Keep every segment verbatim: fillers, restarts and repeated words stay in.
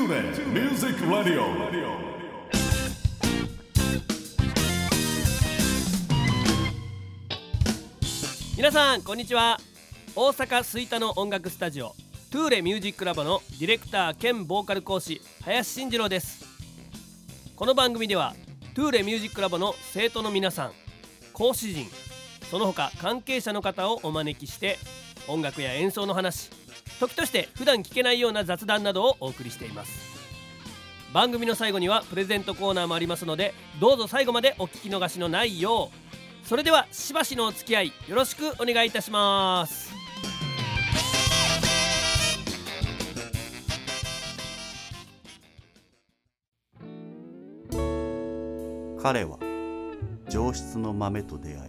Tune in Music Radio。 皆さんこんにちは。大阪吹田の音楽スタジオトゥーレミュージックラボのディレクター兼ボーカル講師林慎二郎です。この番組ではトゥーレミュージックラボの生徒の皆さん、講師陣、その他関係者の方をお招きして音楽や演奏の話、時として普段聞けないような雑談などをお送りしています。番組の最後にはプレゼントコーナーもありますので、どうぞ最後までお聞き逃しのないよう。それではしばしのお付き合いよろしくお願いいたします。 彼は上質の豆と出会い、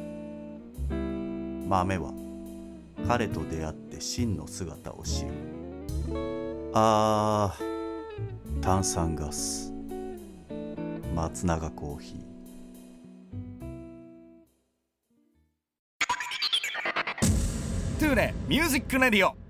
豆は彼と出会って真の姿を知る。あー、炭酸ガス、松永コーヒー。 トゥーレミュージックレディオ。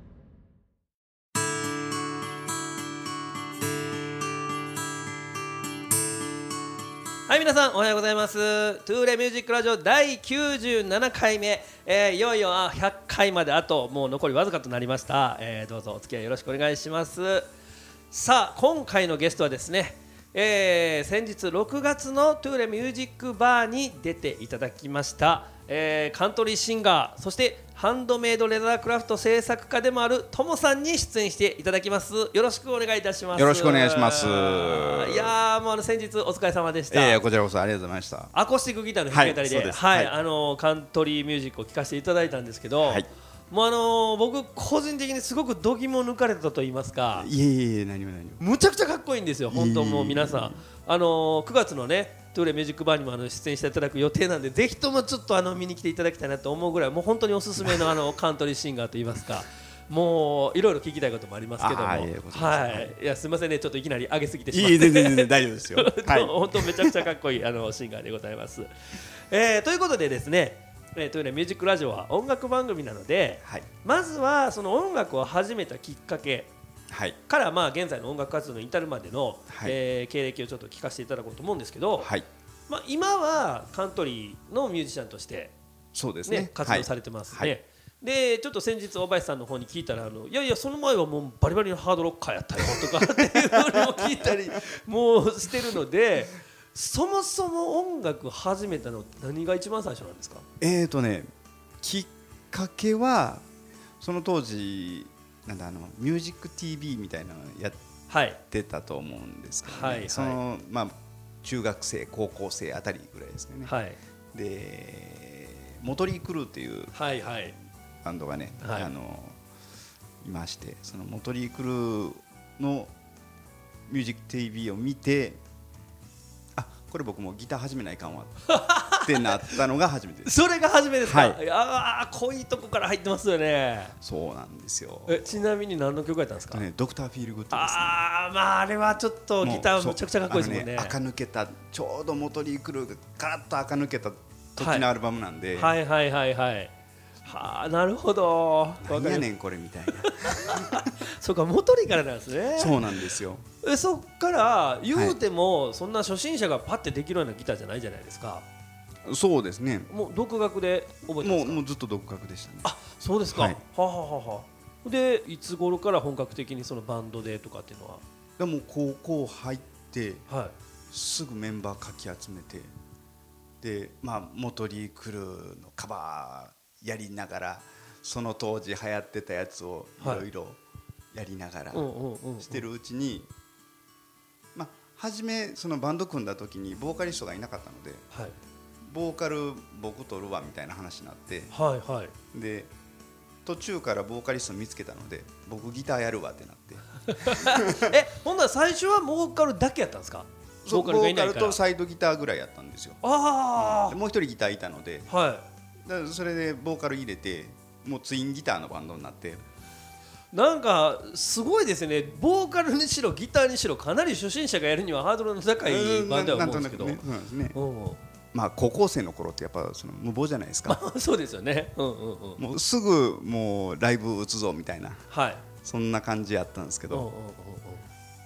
はい、皆さんおはようございます。トゥーレミュージックラジオだいきゅうじゅうななかいめ、えー、いよいよあひゃっかいまであともう残りわずかとなりました、えー、どうぞお付き合いよろしくお願いします。さあ今回のゲストはですね、えー、先日ろくがつのトゥーレミュージックバーに出ていただきました、えー、カントリーシンガー、そしてハンドメイドレザークラフト制作家でもあるともさんに出演していただきます。よろしくお願いいたします。 よろしくお願いします。いやーもうあの先日お疲れ様でした。 えー、こちらこそありがとうございました。 アコースティックギターの弾き語りで、 はい、 はい、 はい、 あのカントリーミュージックを聴かせていただいたんですけど、 はい、 もうあの僕個人的にすごく度肝を抜かれたと言いますか、 いえいえ何も何もむちゃくちゃかっこいいんですよ本当。もう皆さんあのくがつのねトゥーレミュージックバーにもあの出演していただく予定なんで、ぜひともちょっとあの見に来ていただきたいなと思うぐらい、もう本当におすすめのあのカントリーシンガーと言いますか、もういろいろ聞きたいこともありますけども、はい、いやすみませんね、ちょっといきなり上げすぎてしまって、 いい全然全然大丈夫ですよ。はい、 本当めちゃくちゃかっこいいあのシンガーでございます。えー、ということでですね、えー、というねミュージックラジオは音楽番組なので、はい、まずはその音楽を始めたきっかけから、まあ現在の音楽活動に至るまでの、はい、えー、経歴をちょっと聞かせていただこうと思うんですけど、はい、まあ、今はカントリーのミュージシャンとして、ね、 そうですね、 活動されてますね。はいはい、でちょっと先日大林さんの方に聞いたら、あのいやいやその前はもうバリバリのハードロッカーやったよとかっていうのを聞いたりもうしてるので、そもそも音楽始めたの何が一番最初なんですか？ えーとねきっかけはその当時なんだあのミュージック ティーブイ みたいなのをやってたと思うんですけど、ね、はいはい、そのまあ中学生高校生あたりぐらいですね。はい、でモトリー・クルーっていうバンドがね、はいはい、あのいまして、そのモトリー・クルーのミュージック ティーブイ を見て、あこれ僕もギター始めないかんわってなったのが初めてです。 それが初めですか？はい、ああ濃いとこから入ってますよね。 そうなんですよ。 えちなみに何の曲やったんですか？ ね、ドクターフィールグッドですね。 ああまああれはちょっとギターむちゃくちゃかっこいいですもんね。 ね、垢抜けたちょうどモトリー・クルーがカラッと垢抜けた時のアルバムなんで、 はい、はいはいはいはいはあ、なるほど。 何やねんこれみたいなそうか、モトリーからなんですね。 そうなんですよ。 えそっから言うても、はい、そんな初心者がパッてできるようなギターじゃないじゃないですか。 そうですね。 もう独学で覚えてますか？ もう、もうずっと独学でしたね。 あ、そうですか。はい、ははははでいつ頃から本格的にそのバンドでとかっていうのは？ でも高校入って、 はい、すぐメンバーかき集めて、で、まあ、モトリー・クルーのカバーやりながら、その当時流行ってたやつをいろいろやりながらしてるうちに、まあ、初めそのバンド組んだ時にボーカリストがいなかったので、はい、ボーカル僕取るわみたいな話になって、はいはい、で途中からボーカリスト見つけたので僕ギターやるわってなってえほんなら最初はボーカルだけやったんですか？ ボーカルがいないからボーカルとサイドギターぐらいやったんですよ。あ、うん、もう一人ギターいたので、はい、だからそれでボーカル入れてもうツインギターのバンドになって、 なんかすごいですね。ボーカルにしろギターにしろかなり初心者がやるにはハードルの高いバンドだと思うんですけど、 ね、そうなんですね。まあ、高校生の頃ってやっぱその無謀じゃないですか。 そうですよね、うんうんうん、 もうすぐもうライブ打つぞみたいな、はい、そんな感じやったんですけど、うんうんうんうん、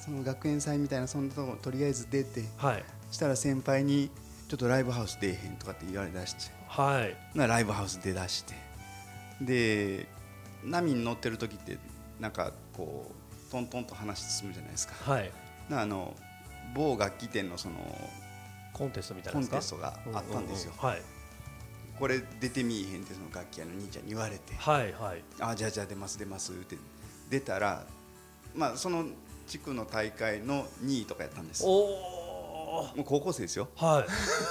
その学園祭みたいなそんなとことりあえず出て、 はい、 したら先輩にちょっとライブハウス出えへんとかって言われだして、 はい、 なライブハウス出だして、で波に乗ってる時ってなんかこうトントンと話進むじゃないですか、 はい、 あの某楽器店のそのコンテストみたいなですか、 コンテストがあったんですよ、 うんうんうん、はい、 これ出てみいへんってその楽器屋の兄ちゃんに言われて、 はいはい、 あじゃあじゃあ出ます出ますって出たら、まあその地区の大会のにいとかやったんです。 おもう高校生ですよ。 はい、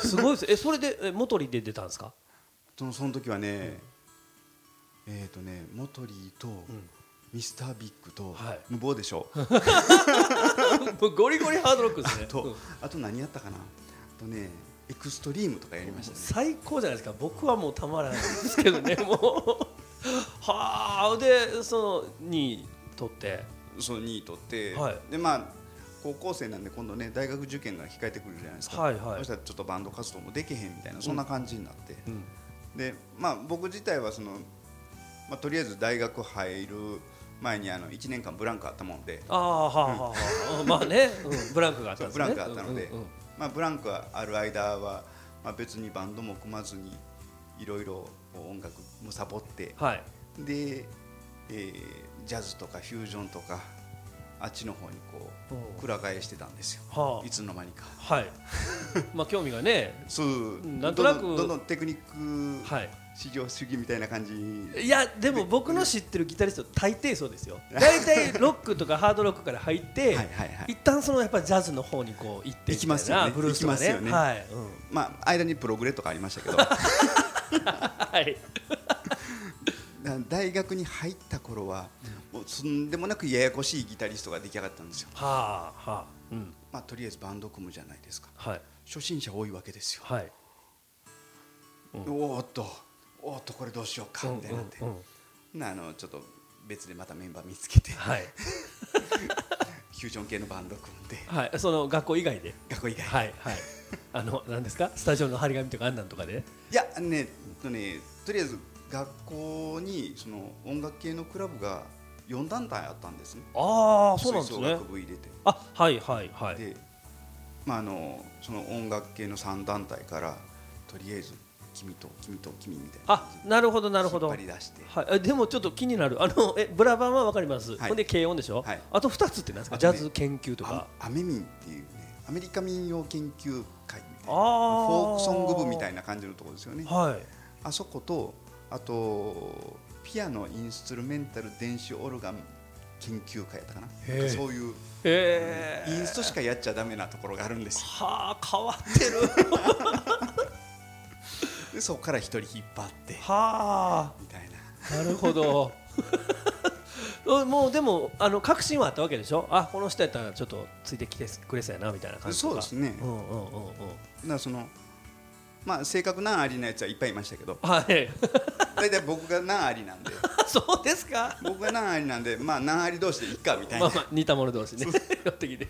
すごいです。えそれでえモトリで出たんですか？ そのその時はね、うん、えっ、ー、とねモトリーと、うん、ミスタービッグと、はい、無謀でしょゴリゴリハードロックですね。 あと、うん、あと何やったかな、あとねエクストリームとかやりましたね。 最高じゃないですか。僕はもうたまらないですけどねもうはあ、でそのにい取ってそのにい取って、 はい、 でまあ高校生なんで今度ね大学受験が控えてくるじゃないですか、 はいはい、 そしたらちょっとバンド活動もできへんみたいな、そんな感じになって、うん、でまあ僕自体はその、まあ、とりあえず大学入る前にあのいちねんかんブランクあったもんで、 ああはあはあまあね、うん、ブランクがあったんですね。 ブランクあったので、うんうんうん、まあ、ブランクがある間は、まあ、別にバンドも組まずにいろいろ音楽もサボって、 はい、 で、えー、ジャズとかフュージョンとかあっちの方にこうくら替えしてたんですよ、はあ、いつの間にか、 はい、まあ興味がねそうなんとなくどんどんどんどんテクニック至上主義みたいな感じ、 いやでも僕の知ってるギタリスト大抵そうですよ。大体ロックとかハードロックから入ってはいはい、はい、一旦そのやっぱりジャズの方にこう行ってみたいな、行きますよね、ブルースとかね、ね、はい、うん、 まあ間にプログレとかありましたけどはい大学に入った頃はもうとんでもなくややこしいギタリストが出来上がったんですよ。 はあはあ、うん、 まあとりあえずバンド組むじゃないですか、 はい、 初心者多いわけですよ、 はい、 うん、おーっとおーっとこれどうしようかみたいになって、うんうんうん、あのちょっと別でまたメンバー見つけて、はい、フュージョン系のバンド組んで、 はい、その学校以外で学校以外で、 はいはい、あの何ですかスタジオの張り紙とかあんなんとかで、 いやねとねとりあえず学校にその音楽系のクラブがよん団体あったんですね。 ああそうなんですね。 吹奏楽部入れて、 あはいはいはい。 で、まああのその音楽系のさん団体からとりあえず君と君と君みたいな感じで、 あなるほどなるほど、 引っ張り出して、 はい、でもちょっっと気になるあのえブラバンはわかります、はい、ほんで軽音でしょ、はい、あとふたつって何ですか、ね、ジャズ研究とかアメミンっていうねアメリカ民謡研究会みたいなフォークソング部みたいな感じのところですよね、はい、あそこと、あとピアノインストゥルメンタル電子オルガン研究会やったかな、なんかそういうインストしかやっちゃダメなところがあるんですよ。 はあ変わってるでそこから一人引っ張ってはあみたいな。 なるほどもうでもあの確信はあったわけでしょ。あこの人やったらちょっとついてきてくれそうやなみたいな感じとか。 そうですね、うんうんうんうん、だからそのまあ性格難ありなやつはいっぱいいましたけど、はい、大体僕が難ありなんでそうですか。 僕が難ありなんで、まあ難あり同士でいっかみたいな、まあ、まあ似た者同士ね寄ってきて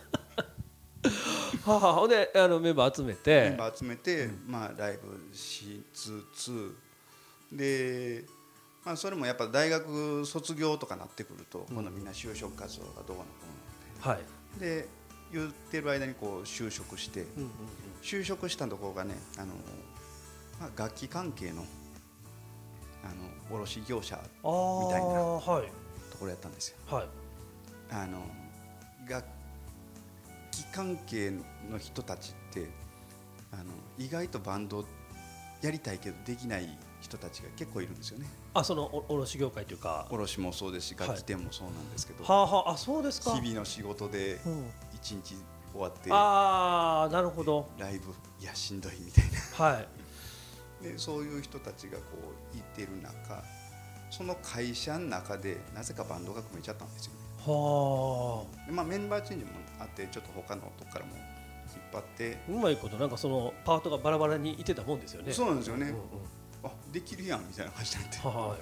はあ、ほんであのメンバー集めてメンバー集めて、うん、まあライブしつつで、まあ、それもやっぱ大学卒業とかなってくると、うん、今度みんな就職活動がどうのこうのって、はい、で言ってる間にこう就職して、うんうんうん、就職したところがねあの、まあ、楽器関係のあの卸業者みたいなところやったんですよ。はい、あの楽器関係の人たちってあの意外とバンドやりたいけどできない人たちが結構いるんですよね。 あその卸業界というか卸もそうですし楽器店もそうなんですけど、 はい、はあはあ、あそうですか。 日々の仕事で一日終わって、 うん、ああなるほどライブいやしんどいみたいな、 はい、でそういう人たちがこういてる中その会社の中でなぜかバンドが組めちゃったんですよね。はあ、まあ、メンバーチェンジもあってちょっと他のとこからも引っ張ってうまいことなんかそのパートがバラバラにいてたもんですよね。 そうなんですよね、うんうん、あできるやんみたいな感じになって、はい、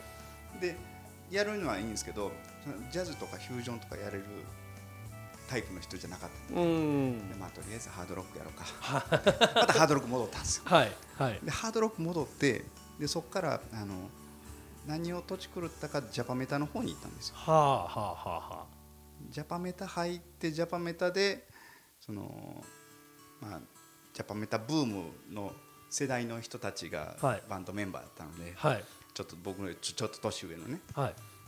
でやるのはいいんですけどジャズとかフュージョンとかやれるタイプの人じゃなかったので、うんで、まあ、とりあえずハードロックやろうかまたハードロック戻ったんですよ、はいはい、でハードロック戻ってでそこからあの何を土地狂ったかジャパメタの方に行ったんですよ。はあはあはあはあ。 ジャパメタ入ってジャパメタでその、まあ、ジャパメタブームの世代の人たちがバンドメンバーだったので、はい、ちょっと僕のちょ、ちょっと年上のね、はい、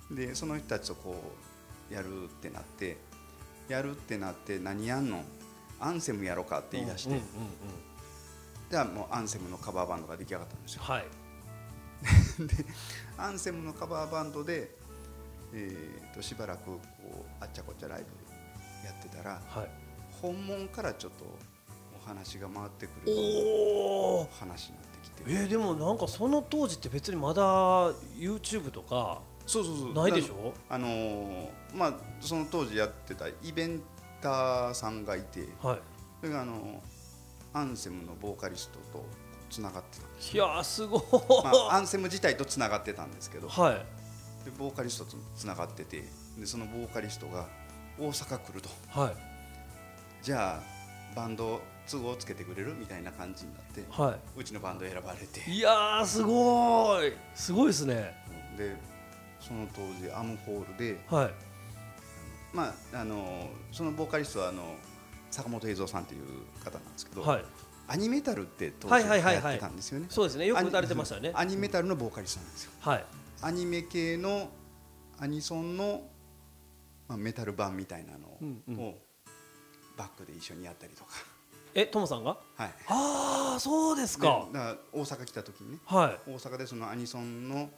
でその人たちとこうやるってなってやるってなって何やんのアンセムやろうかって言い出して、うんうんうんうん、じゃあもうアンセムのカバーバンドが出来上がったんですよ、はい、でアンセムのカバーバンドで、えー、としばらくこうあっちゃこっちゃライブやってたら、はい、本物からちょっとお話が回ってくる話になってきて、 えー、でもなんかその当時って別にまだ YouTube とかそうそうそうないでしょ。 あのー、まあその当時やってたイベンターさんがいて、はい、それがあのアンセムのボーカリストとつながってたんです。 いやーすごい、 まあ、アンセム自体とつながってたんですけど、はい、でボーカリストとつながってて、でそのボーカリストが大阪来ると、はい、じゃあバンド都合つけてくれるみたいな感じになって、はい、うちのバンド選ばれて、 いやーすごいすごいですね。 でその当時アムホールで、はい、まああのそのボーカリストはあの坂本栄三さんっていう方なんですけど、はい、アニメタルって当時流行ってたんですよね。 そうですね、よく歌われてましたね。 アニメタルのボーカリストなんですよ、はい、アニメ系のアニソンの、まあ、メタル版みたいなのを、うんうん、バックで一緒にやったりとか。 え、トモさんが？はい。ああ、そうですか。 だから大阪来た時にね、はい、大阪でそのアニソンの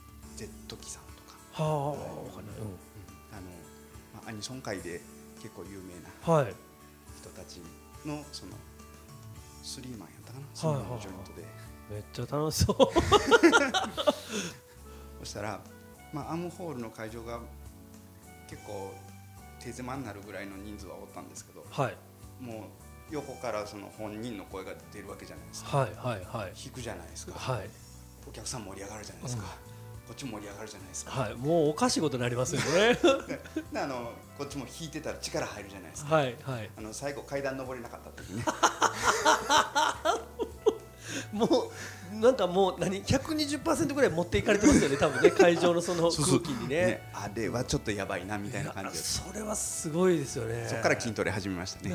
Z キさんとか、はあ、わかんない、うん、あの、まあ、アニソン界で結構有名な人たちのそのスリーマンやったかな、スリーマンのジョイントで、 めっちゃ楽しそうそしたら、まあ、アムホールの会場が結構手狭になるぐらいの人数はおったんですけど、はい、もう横からその本人の声が出るわけじゃないですか、はいはいはい、弾くじゃないですか、はい、お客さん盛り上がるじゃないですか、うん、こっちも盛り上がるじゃないですか、 はい、もうおかしいことになりますよねであのこっちも弾いてたら力入るじゃないですか、はいはい、あの最後階段登れなかった時ねもうなんかもう何 ひゃくにじゅっパーセント ぐらい持っていかれてますよね多分ね会場のその空気に ね, そうそうね、 あれはちょっとやばいなみたいな感じです。 それはすごいですよね。 そこから筋トレ始めましたね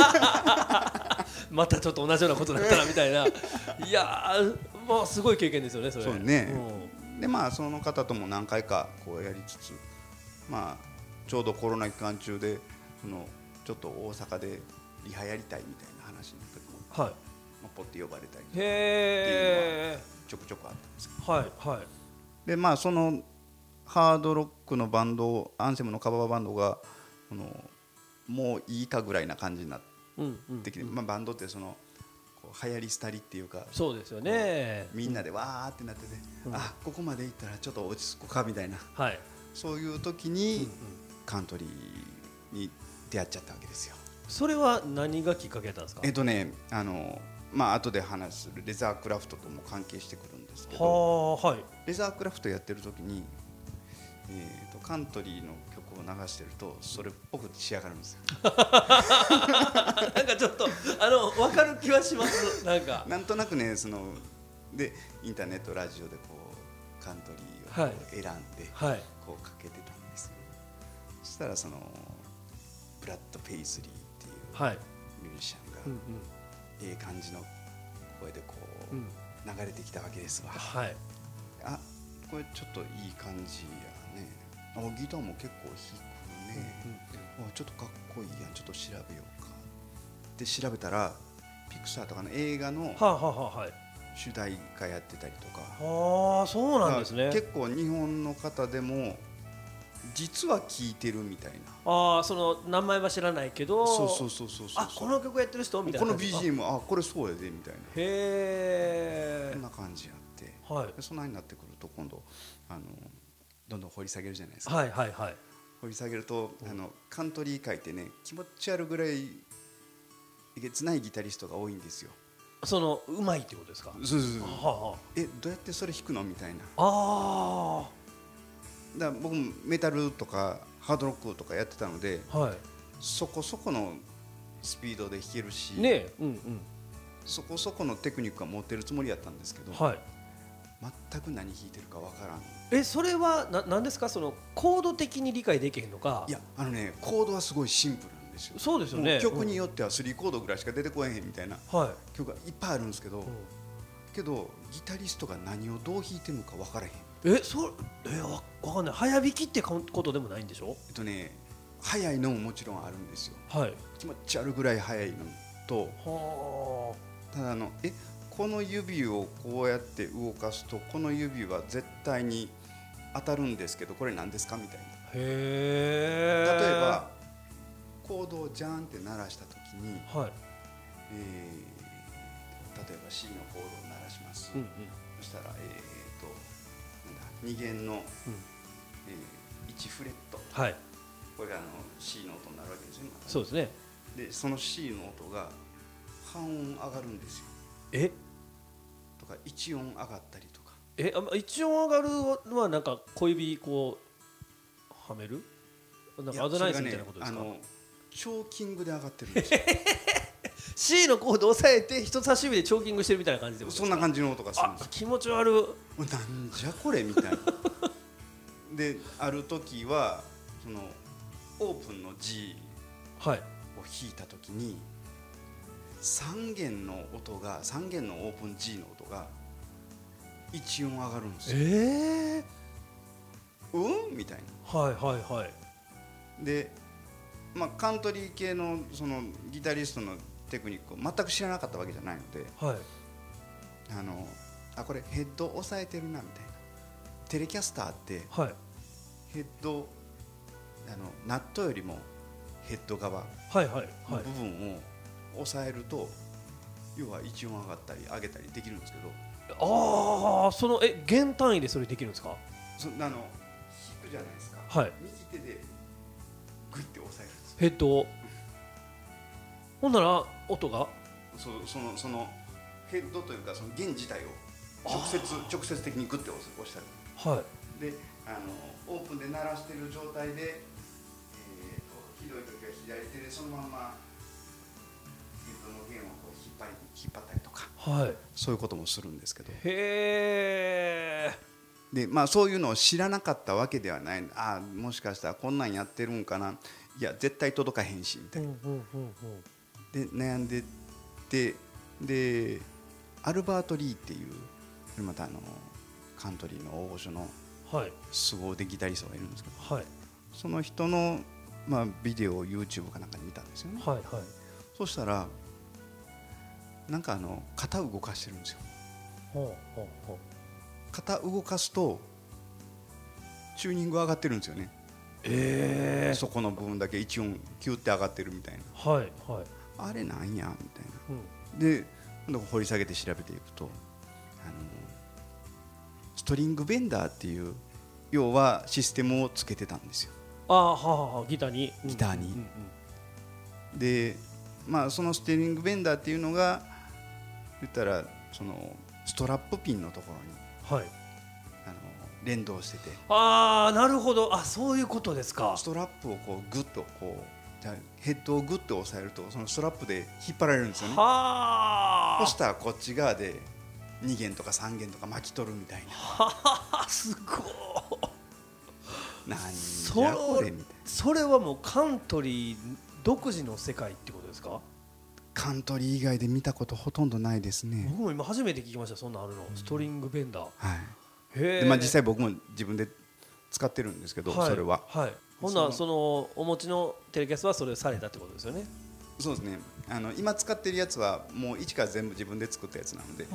またちょっと同じようなことになったらみたいないやー、まあ、すごい経験ですよねそれ。 そうね、うん、でまあその方とも何回かこうやりつつ、まあちょうどコロナ期間中でそのちょっと大阪でリハやりたいみたいな話の時も、はい、ポッて呼ばれたりっていうのはちょくちょくあったんですけど、はいはい、でまあそのハードロックのバンドアンセムのカバーバンドがこのもういいかぐらいな感じになってきて、うんうんうん、まあ、バンドってそのこう流行り廃りっていうか、 そうですよね、 みんなでわーってなってて、うん、あここまで行ったらちょっと落ち着こうかみたいな、はい、そういう時に、うんうん、カントリーに出会っちゃったわけですよ。 それは何がきっかけだったんですか？ えっとねあのまあ後で話するレザークラフトとも関係してくるんですけど、は、はい、レザークラフトやってる時に、えー、とカントリーの曲を流してるとそれっぽく仕上がるんですよなんかちょっとあの分かる気はしますなんかなんとなくねそのでインターネットラジオでこうカントリーをこう選んで、はい、こうかけてたんですよ。そしたらそのブラッド・ペイズリーっていうミュージシャンが、うんうん、ええ感じの声でこう、うん、流れてきたわけですわ、はい、あこれちょっといい感じやね、あギターも結構弾くね、うんうん、あちょっとかっこいいやん、ちょっと調べようかって調べたらピクサーとかの映画の主題歌やってたりとか、 はあ、そうなんですね。 結構日本の方でも実は聴いてるみたいな、 ああその名前は知らないけど、 そうそうそうそうそう、 あこの曲やってる人みたいな、 この ビージーエム あこれそうやでみたいな、 へえ、 こんな感じやって、はい、でそんなになってくると今度あのどんどん掘り下げるじゃないですか、はいはいはい、掘り下げるとあのカントリー界ってね気持ち悪ぐらいえげつないギタリストが多いんですよ。 そのうまいってことですか？ そうそうそう、はあはあ、えどうやってそれ弾くのみたいな、 あだから僕もメタルとかハードロックとかやってたので、はい、そこそこのスピードで弾けるし、ね、うんうん、そこそこのテクニックは持ってるつもりやったんですけど、はい、 全く何弾いてるかわからん。 えそれはな何ですか、そのコード的に理解できへんのか。 いやあのねコードはすごいシンプルなんですよ。 そうですよね。 曲によってはスリーコードぐらいしか出てこえへんみたいな曲がいっぱいあるんですけど、うん、けどギタリストが何をどう弾いてるのかわからへん。 えそえわわかんない。早弾きってことでもないんでしょ。 えっとね早いのももちろんあるんですよ。 はい。 気持ち悪いぐらい早いのと、はただあのえこの指をこうやって動かすとこの指は絶対に当たるんですけどこれ何ですかみたいな。 へー。 例えばコードをジャーンって鳴らした時に、はい、えー、例えば C のコードを鳴らします、うんうん、そしたら、えー、となんだに弦の、うんえー、いちフレット、はい、これがあの C の音になるわけですよね。 そうですね。 でその C の音が半音上がるんですよ。 えとかいち音上がったりとか。 えいち音上がるのはなんか小指こうはめるなんかアドナイスみたいなことですか。 あのチョーキングで上がってるんですよ。 C のコードを押さえて人差し指でチョーキングしてるみたいな感じで。 そんな感じの音がするんですよ。 気持ち悪い。 なんじゃこれみたいな。である時はそのオープンの G を弾いた時に、さん弦の音がさん弦のオープン G の音がいち音上がるんですよ。 えー、うんみたいな。はいはいはい。 で、まあ、カントリー系のそのギタリストのテクニックを全く知らなかったわけじゃないので、はい、あのあこれヘッド押さえてるなみたいな。テレキャスターって、はい、ヘッドあのナットよりもヘッド側の部分を押さえると、要はいち音上がったり上げたりできるんですけど。 ああ、そのえ弦単位でそれできるんですか。 そあの弾くじゃないですか、はい、右手でグッて押さえるんですよヘッドを。ほんなら音がそそのそのヘッドというかその弦自体を直接直接的にグッて押したり、はい、であのオープンで鳴らしている状態で、えー、とひどい時は左手でそのままヘッドの弦をこう引っ張り引っ張ったりとか、はい、そういうこともするんですけど。 へー。 でまあ、そういうのを知らなかったわけではない。ああもしかしたらこんなんやってるんかな、いや絶対届かへんしみたいな、うんうんうんうん、で悩んでて、でアルバート・リーっていうまたあのカントリーの大御所の凄腕ギタリストがいるんですけど、はい、その人の、まあ、ビデオを YouTube かなんかで見たんですよね、はいはい、そしたらなんかあの肩を動かしてるんですよ。ほうほうほう。肩動かすとチューニング上がってるんですよね、えー、そこの部分だけいち音キューって上がってるみたいな、はいはい、あれなんやみたいな、うん、で掘り下げて調べていくと、あのストリングベンダーっていう要はシステムをつけてたんですよ。 ああ、はあはあ、ギターにギターに、うんうんうん、で、まあ、そのストリングベンダーっていうのが言ったらそのストラップピンのところにはい、あの連動してて。 ああ、なるほど。あ、そういうことですか。 ストラップをこうグッとこうヘッドをグッと押さえるとそのストラップで引っ張られるんですよね。はあ。そしたらこっち側でに弦とかさん弦とか巻き取るみたいな。 はあ、すごい。 なんじゃこれみたいな。 それはもうカントリー独自の世界ってことですか。 カントリー以外で見たことほとんどないですね。 僕も今初めて聞きました。そんなあるの、うん、ストリングベンダー、はい、 へで、まあ、実際僕も自分で使ってるんですけど、はい、それは、はい、 ほんならそのお持ちのテレキャスはそれされたってことですよね。 そうですね。あの今使ってるやつはもう一から全部自分で作ったやつなので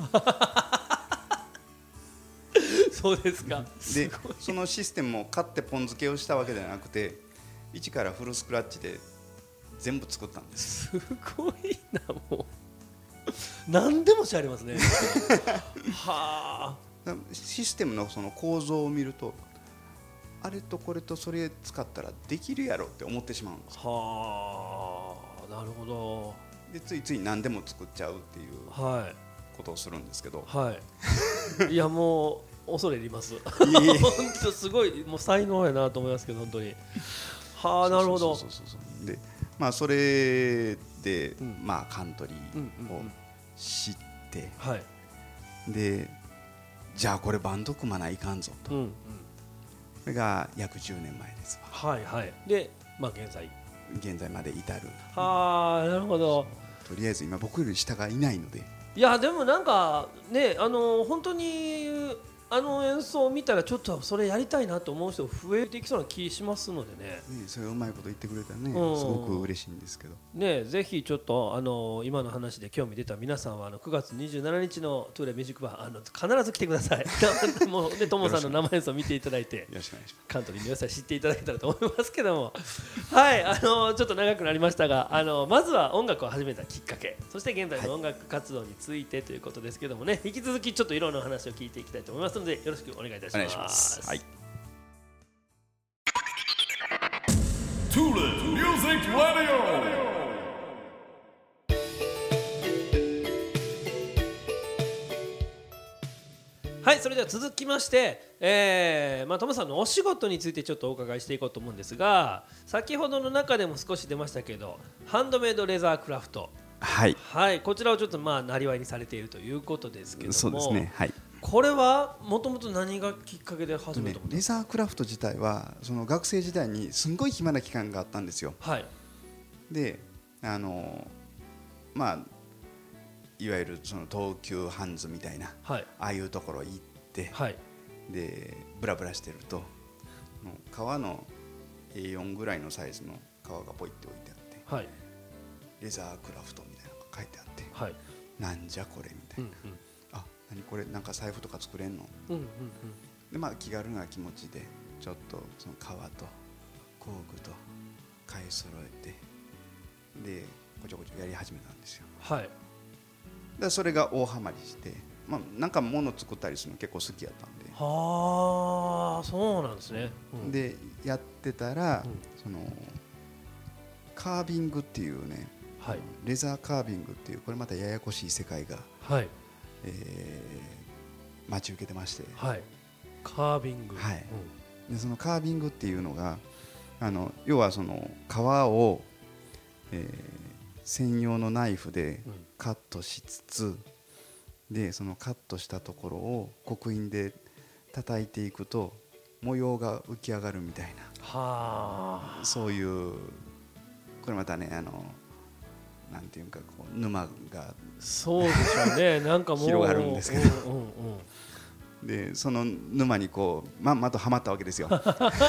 そうですか。 でそのシステムを買ってポン付けをしたわけではなくて一からフルスクラッチで全部作ったんです。 すごいな。もう何でもしありますねはあ。 システムのその構造を見るとあれとこれとそれ使ったらできるやろって思ってしまうんです。 はあ、なるほど。 でついつい何でも作っちゃうっていうことをするんですけど、 はい、いやもう恐れ入ります本当すごいもう才能やなと思いますけど本当に。はあ、なるほど。そうそうそうそう。 でまあ、それで、うんまあ、カントリーを知って、うんうんうんはい、でじゃあこれバンド組まないかんぞと、うんうん、これが約じゅうねんまえですわ。はいはい。で、まあ、現在現在まで至る。 はあ、なるほど。 とりあえず今僕より下がいないので。 いやでもなんかね、あの本当にあの演奏を見たらちょっとそれやりたいなと思う人増えていきそうな気しますので ね, ねそれうまいこと言ってくれたらね、うん、すごく嬉しいんですけどね。ぜひちょっとあの今の話で興味出た皆さんはあのくがつにじゅうしちにちのトゥーレミュージックバーあの必ず来てくださいもうね、トモさんの生演奏を見ていただいてカントリーの良さ知っていただけたらと思いますけどもはいあのちょっと長くなりましたが、あのまずは音楽を始めたきっかけ、そして現在の音楽活動についてということですけどもね、引き続きちょっといろんな話を聞いていきたいと思いますのでよろしくお願いいたします。お願いします。はい。トゥーレミュージックラディオ。はい、それでは続きまして、えーまあ、トモさんのお仕事についてちょっとお伺いしていこうと思うんですが、先ほどの中でも少し出ましたけど、ハンドメイドレザークラフト、 はい、 はい、こちらをちょっとまあなりわいにされているということですけども、 そうですね、はい、 これはもともと何がきっかけで始めたの？ レザークラフト自体はその学生時代にすんごい暇な期間があったんですよ。 はい、であのまあいわゆるその東急ハンズみたいな、はい、ああいうところ行って、はい、でブラブラしてると革の エーよん ぐらいのサイズの革がポイって置いてあって、はい、レザークラフトみたいなのが書いてあって、はい、なんじゃこれみたいな、うんうん、あ、何これなんか財布とか作れんの、うんうんうん、でまあ気軽な気持ちでちょっとその革と工具と買い揃えてでこちょこちょやり始めたんですよ。はい、でそれが大ハマりして、まあ、なんか物作ったりするの結構好きやったんで、 はあ、そうなんですね、 うん、でやってたら、うん、そのカービングっていうね、はい、レザーカービングっていうこれまたややこしい世界が、はい、えー、待ち受けてまして、はい、 カービング、 はい、うん、でそのカービングっていうのがあの要はその革を、えー専用のナイフでカットしつつ、うん、でそのカットしたところを刻印で叩いていくと模様が浮き上がるみたいな、はあ、そういうこれまたねあのなんていうかこう沼がそうでしょうねなんかもう広がるんですけど、うんうんうん、でその沼にこうまんまとはまったわけですよ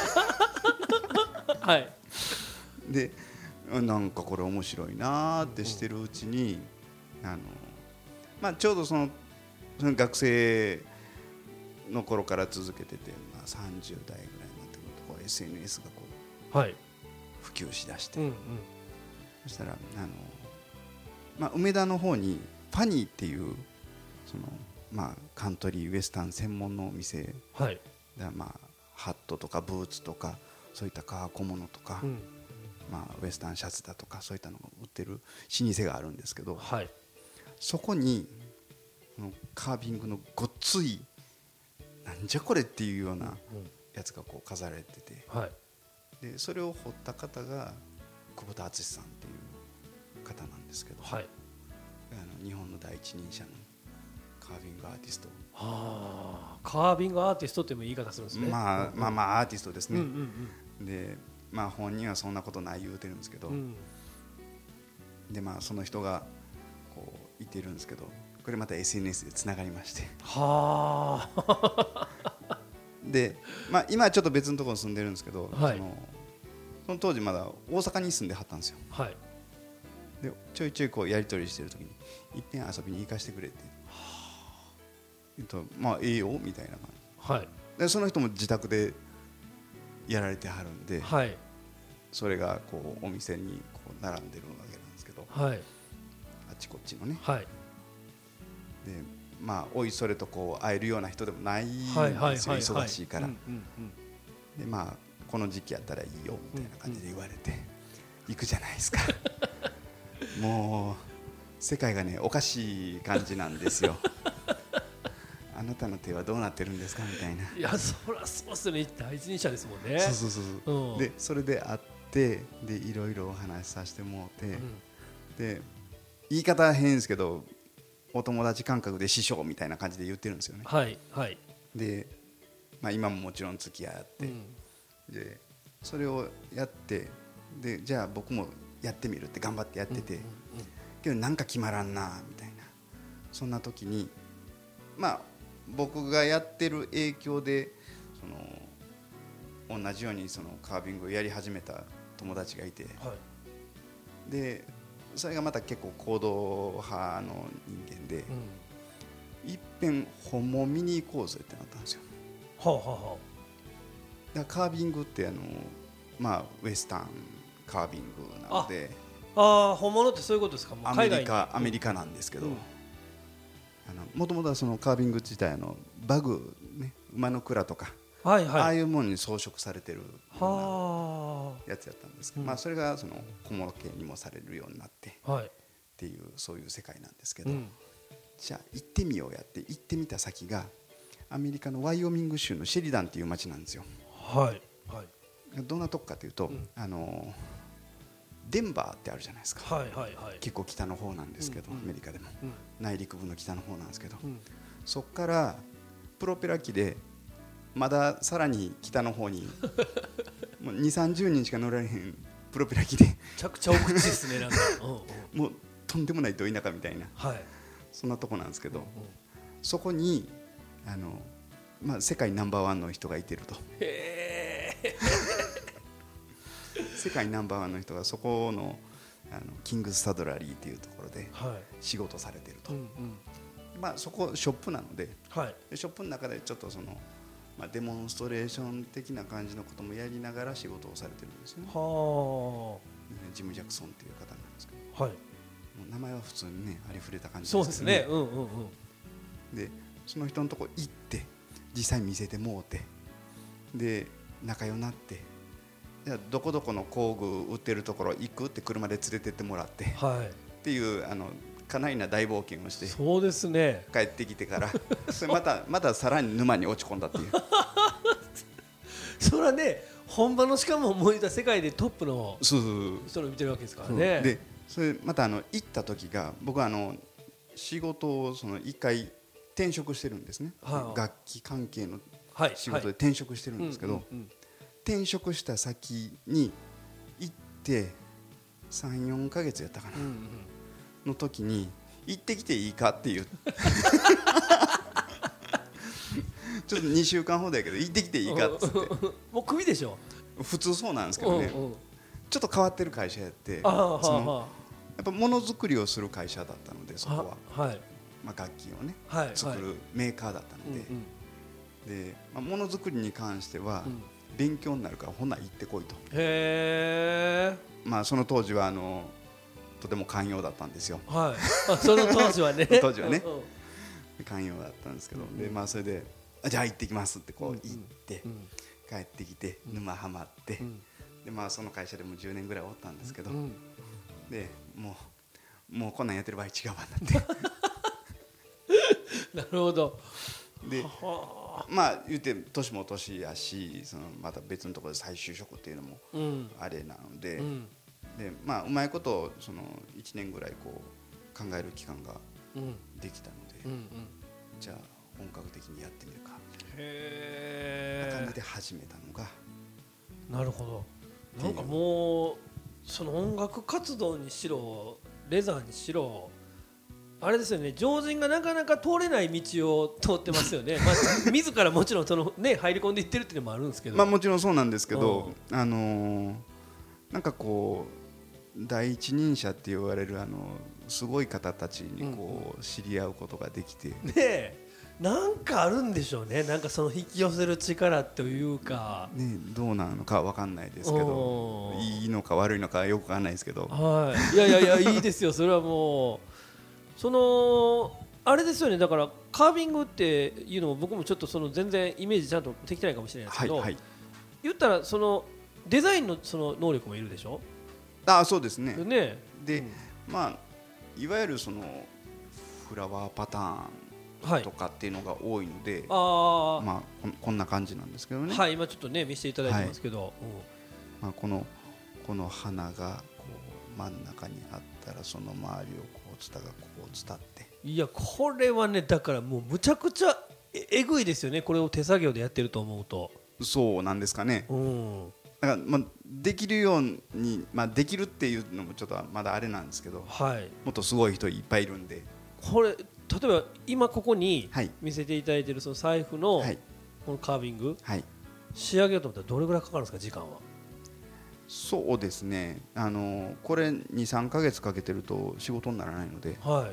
はいでなんかこれ面白いなってしてるうちに、うん、あのまあ、ちょうどその、その学生の頃から続けてて、まあ、さんじゅうだいぐらいになってくるとこう エスエヌエス がこう、はい、普及しだして、うんうん、そしたらあの、まあ、梅田の方にファニーっていうその、まあ、カントリーウエスタン専門のお店、はい、だまあ、ハットとかブーツとかそういった革小物とか、うん、まあ、ウエスタンシャツだとかそういったのが売ってる老舗があるんですけど、はい、そこにカービングのごっついなんじゃこれっていうようなやつがこう飾られてて、はい、でそれを彫った方が久保田敦さんっていう方なんですけど、はい、あの日本の第一人者のカービングアーティスト、 はあ、カービングアーティストっても言い方するんですね。 まあまあまあアーティストですね、うんうんうん、でまあ、本人はそんなことない言うてるんですけど、うん、でまあその人がこう言ってるんですけど、これまた エスエヌエス でつながりまして、はあで、まあ、今はちょっと別のところに住んでるんですけど、はい、そのその当時まだ大阪に住んではったんですよ、はい、でちょいちょいこうやり取りしてる時にいっぺん遊びに行かせてくれって、はあ、言うとまあええよみたいな感じ、はい、でその人も自宅でやられてはるんで、はい、それがこうお店にこう並んでるわけなんですけど、はい、あっちこっちのね、はい、でまあおいそれとこう会えるような人でもないんですよ、はいはいはいはい、忙しいから、うんうんうん、でまあこの時期やったらいいよみたいな感じで言われて、うんうん、行くじゃないですかもう世界がねおかしい感じなんですよあなたの手はどうなってるんですかみたいな。 いやそりゃそうっすね、第一人者ですもんね。 そうそうそうそう、うん、でそれで会ってでいろいろお話しさせてもらって、うん、で言い方は変ですけどお友達感覚で師匠みたいな感じで言ってるんですよね。 はいはい。 で、まあ、今ももちろん付き合いあって、うん、でそれをやってでじゃあ僕もやってみるって頑張ってやってて、うんうんうん、けどなんか決まらんなみたいな、そんな時にまあ僕がやってる影響でその同じようにそのカービングをやり始めた友達がいて、はい、でそれがまた結構行動派の人間で、うん、いっぺん本も見に行こうぜってなったんですよ。はあはあはあ、だからカービングってあの、まあ、ウエスタンカービングなので、 ああ本物ってそういうことですか。もう海外にアメリカ、アメリカなんですけど、もともとはそのカービング自体のバグ、ね、馬の蔵とか、はいはい、ああいうものに装飾されてるやつやったんですけど、うん、まあ、それがその小物系にもされるようになって、はい、っていうそういう世界なんですけど、うん、じゃあ行ってみようやって行ってみた先がアメリカのワイオミング州のシェリダンっていう町なんですよ。はいはい、どんなとこかというと、うん、あのデンバーってあるじゃないですか、はいはいはい、結構北の方なんですけど、うんうん、アメリカでも、うん、内陸部の北の方なんですけど、うん、そこからプロペラ機でまださらに北の方にもうにじゅうさんじゅうにんしか乗られへんプロペラ機でめちゃくちゃ奥地ですねなんかうん、うん、 もうとんでもないど田舎みたいな、はい、そんなとこなんですけど、うんうん、そこにあの、まあ、世界ナンバーワンの人がいてると。へ世界ナンバーワンの人がそこ の, あのキングスサドラリーっていうところで仕事されてると、はい、うんうん、まあ、そこショップなので、はい、でショップの中でちょっとその、まあ、デモンストレーション的な感じのこともやりながら仕事をされてるんですよね。はジム・ジャクソンっていう方なんですけど、はい、もう名前は普通にねありふれた感じですけどね。そうですね、うんうんうん、でその人のとこ行って実際見せてもうてで仲良くなって、じゃあどこどこの工具売ってるところ行くって車で連れてってもらって、はい、っていうあのかなりな大冒険をして、 そうですね、 帰ってきてからそれまたまたさらに沼に落ち込んだっていうそれはね本場のしかも思い出世界でトップの人を見てるわけですからね。 でそれまたあの行った時が僕はあの仕事をその一回転職してるんですね、はい、楽器関係の仕事で転職してるんですけど、転職した先に行ってさん、よんかげつやったかな、うんうん、の時に行ってきていいかっていうちょっとにしゅうかんほどやけど行ってきていいかっつってもうクビでしょ普通そうなんですけどね、うんうん、ちょっと変わってる会社やって、そのやっぱものづくりをする会社だったのでそこは、はい、まあ、楽器をね、はい、作るメーカーだったので、うんうん、で、まあ、ものづくりに関しては、うん、勉強になるからほな行ってこいと。へー、まあ、その当時はあのとても寛容だったんですよ、はい、 その当時はね当時はね寛容だったんですけど、うん、でまあ、それでじゃあ行ってきますってこう行って、うんうん、帰ってきて沼ハマって、うん、でまあ、その会社でもじゅうねんぐらいおったんですけど、うん、でもうもうこんなんやってる場合違うわなってなるほど。 でまあ言って年も年やし、そのまた別のところで再就職っていうのもあれなので、うん、でまあうまいことそのいちねんぐらいこう考える期間ができたので、うんうんうん、じゃあ本格的にやってみるかへーな感じで始めたのが。 なるほど。なんかもうその音楽活動にしろレザーにしろあれですよね、常人がなかなか通れない道を通ってますよね、まあ、自らもちろんその、ね、入り込んでいってるっていうのもあるんですけど、 まあ、もちろんそうなんですけど、あのー、なんかこう第一人者って言われるあのすごい方たちにこう知り合うことができて、 うん、ねえなんかあるんでしょうね、なんかその引き寄せる力というか、 ね、どうなのか分かんないですけど、いいのか悪いのかよく分かんないですけど、 はい、いやいやいやいいですよそれはもうそのあれですよね、だからカービングっていうのも僕もちょっとその全然イメージちゃんとできてないかもしれないですけど、はいはい、言ったらそのデザインのその能力もいるでしょ。 ああそうですね。 ねで、うん、まあいわゆるそのフラワーパターンとかっていうのが多いので、はい、あまあこんな感じなんですけどね。 はい、今ちょっとね見せていただいてますけど、はい、 うん、まあ、このこの花がこう真ん中にあったらその周りをこうツタがこう伝って、 いやこれはねだからもうむちゃくちゃ え, えぐいですよね、これを手作業でやってると思うと。 そうなんですかね、うん、だから、まあ、できるように、まあ、できるっていうのもちょっとまだあれなんですけど、はい、もっとすごい人いっぱいいるんで、 これ例えば今ここに見せていただいているその財布のこのカービング、はい、仕上げようと思ったらどれぐらいかかるんですか、時間は。 そうですね、あのこれ にさんかげつかけてると仕事にならないので、はい、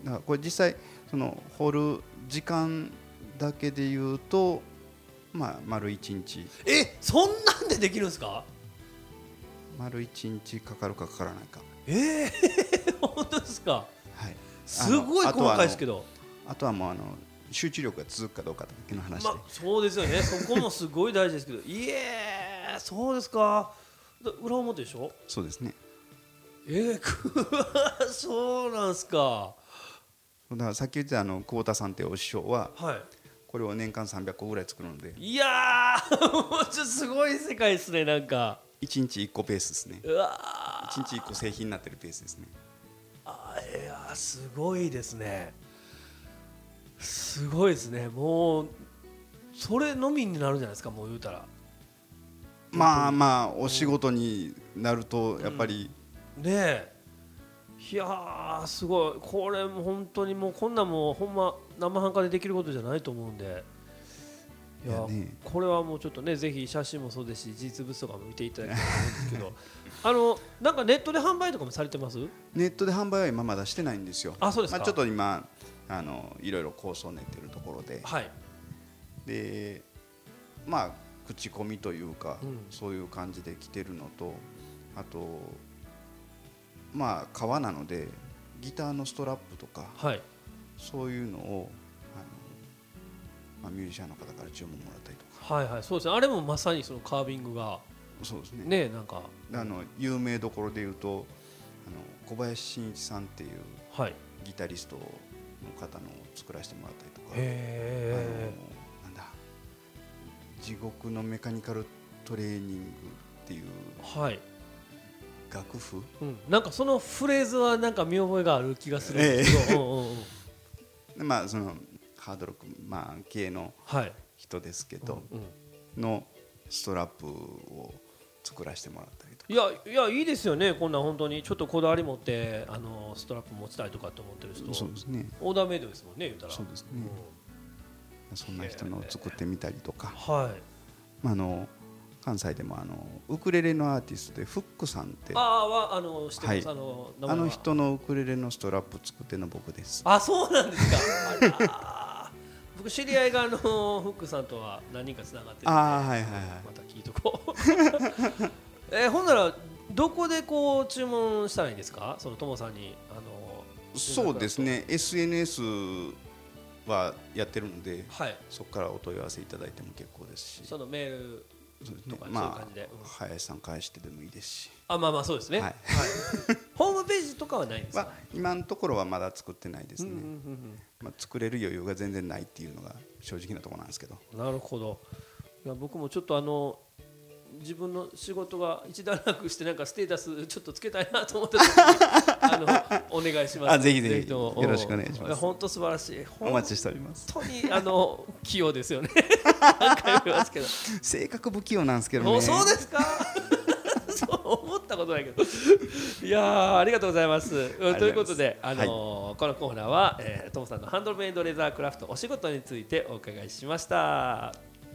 だからこれ実際その掘る時間だけでいうと、まあ、丸いちにち。 え、そんなんでできるんですか。 丸いちにちかかるかかからないか。 えー、本当ですか。はい、すごい細かいですけど、 あとはもうあの集中力が続くかどうかだけの話で、まあ、 そうですよねそこもすごい大事ですけどいえー、そうですか。裏表でしょ。 そうですね。 えー、そうなんすか。 だからさっき言ってたあの久保田さんっていうお師匠は、はい、これを年間さんびゃっこぐらい作るので、 いやーもうちょっとすごい世界ですね。なんかいちにちいっこペースですね。うわいちにちいっこ製品になってるペースですね。 あいやすごいですね。すごいですね。もうそれのみになるんじゃないですか、もう言うたら。 まあまあお仕事になるとやっぱり、 うん、ねえ、いやーすごい。これも本当にもうこんなもうほんま生半可でできることじゃないと思うんで、いや、ね、これはもうちょっとねぜひ写真もそうですし実物とかも見ていただきたいと思うんですけどあのなんかネットで販売とかもされてます？ ネットで販売は今まだしてないんですよ。 あ、そうですか。 まあ、ちょっと今あのいろいろ構想を練ってるところで、はい、でまあ口コミというか、うん、そういう感じで来てるのと、あとまあ革なのでギターのストラップとか、はい、そういうのをあの、まあ、ミュージシャンの方から注文もらったりとか、 はいはい、そうですね。あれもまさにそのカービングがそうですね。 ね、なんかあの有名どころでいうとあの小林真一さんっていう、はい、ギタリストの方のを作らせてもらったりとか、へー、なんだ地獄のメカニカルトレーニングっていう、はい、楽譜、 うん、なんかそのフレーズはなんか見覚えがある気がするんですけど、えーおうおうおうでまあそのハードロック、まあ、系の人ですけど、はい、うんうん、のストラップを作らせてもらったりとか。 いやいやいいですよね。こんな本当にちょっとこだわり持ってあのストラップ持ちたいとかって思ってる人、 そうですね、 オーダーメイドですもんね、言ったら。 そうですね、うん、そんな人のを作ってみたりとか、はい、まあ、あの関西でもあのウクレレのアーティストでフックさんって、 あああの知ってます、はい、あのあの人のウクレレのストラップ作ってるの僕です。 あ、そうなんですか。あら僕知り合いがあのフックさんとは何人かつながってるんで、あ、はいはいはい、また聞いとこうえー、ほんならどこでこう注文したらいいんですか、そのトモさんに。あのそうですね、 エスエヌエス はやってるので、はい、そこからお問い合わせいただいても結構ですし、 そのメールとかそういう感じで、 まあ、林さん返してでもいいですし、 あ、まあまあそうですね、はいはい、ホームページとかはないんですか。まあ、 今のところはまだ作ってないですね、うんうんうんうん、まあ、作れる余裕が全然ないっていうのが正直なところなんですけど。なるほど。いや僕もちょっとあの自分の仕事が一段落してなんかステータスちょっとつけたいなと思った時にあのお願いします。 あ、ぜひぜひよろしくお願いします。 本当素晴らしい。 お待ちしております。 本当にあの器用ですよね何回も言いますけど性格不器用なんですけどね。 そうですかそう思ったことないけどいやありがとうございます。ということで、あのーはい、このコーナーは、えー、トモさんのハンドメイドレザークラフトお仕事についてお伺いしました。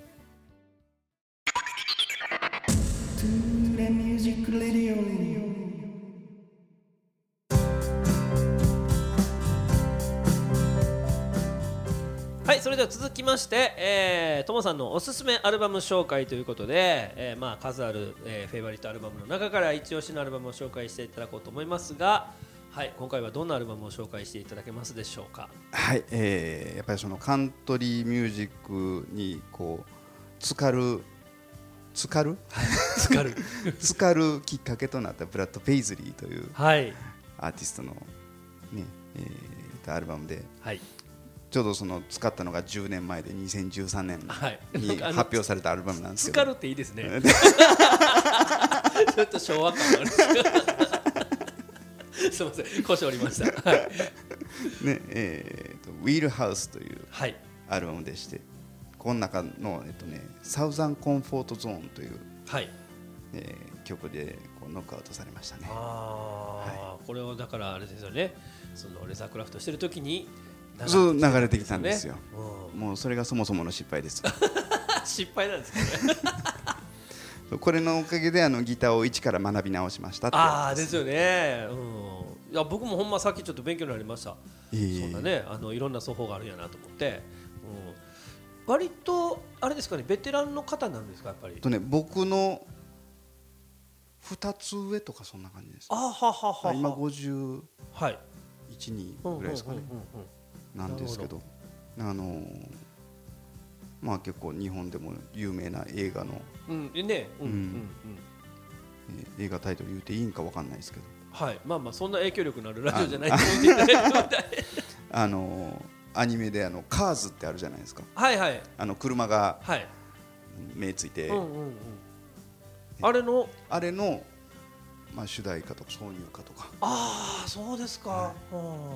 はい、それでは続きまして、えー、トモさんのおすすめアルバム紹介ということで、えーまあ、数ある、えー、フェイバリットアルバムの中から一押しのアルバムを紹介していただこうと思いますが、はい、今回はどんなアルバムを紹介していただけますでしょうか。 はい、えー、やっぱりそのカントリーミュージックにこう浸かる浸かる浸かる浸かるきっかけとなったブラッド・ペイズリーというアーティストの、ね、えー、アルバムで、はい、ちょうどその使ったのがじゅうねんまえでにせんじゅうさんねんに発表されたアルバムなんですけど、 浸かるっていいですねちょっと昭和感あるすみません腰折りました、はいねえー、とウィールハウスというはいアルバムでして、この中の、えっとね、サウザンコンフォートゾーンという、 はいえー曲でこうノックアウトされましたね。 あ、はい、これをだからあれですよね、そのレザークラフトしてる時にそう流れてきたんですよ、 うん、 もうそれがそもそもの失敗です失敗なんですかねこれのおかげであのギターを一から学び直しましたってああですよね、うん、いや僕もほんまさっきちょっと勉強になりました、 えー、 そんなねあのいろんな奏法があるんやなと思って、うん、割とあれですかねベテランの方なんですかやっぱりと、ね、僕のふたつ上とかそんな感じです。 あはははは今ごじゅういち、 はい、 にぐらいですかね、なんですけど、あのー、まあ結構日本でも有名な映画の、 うんねうんうんうん、 えー、映画タイトル言うていいんか分かんないですけど、 はい、まあまあそんな影響力のあるラジオじゃないと思っていただいてあのー、アニメであのカーズってあるじゃないですか、 はいはい、 あの車がはい目ついて、 うんうんうん、あれのあれの、まあ、主題歌とか挿入歌とか、 ああそうですか、はい、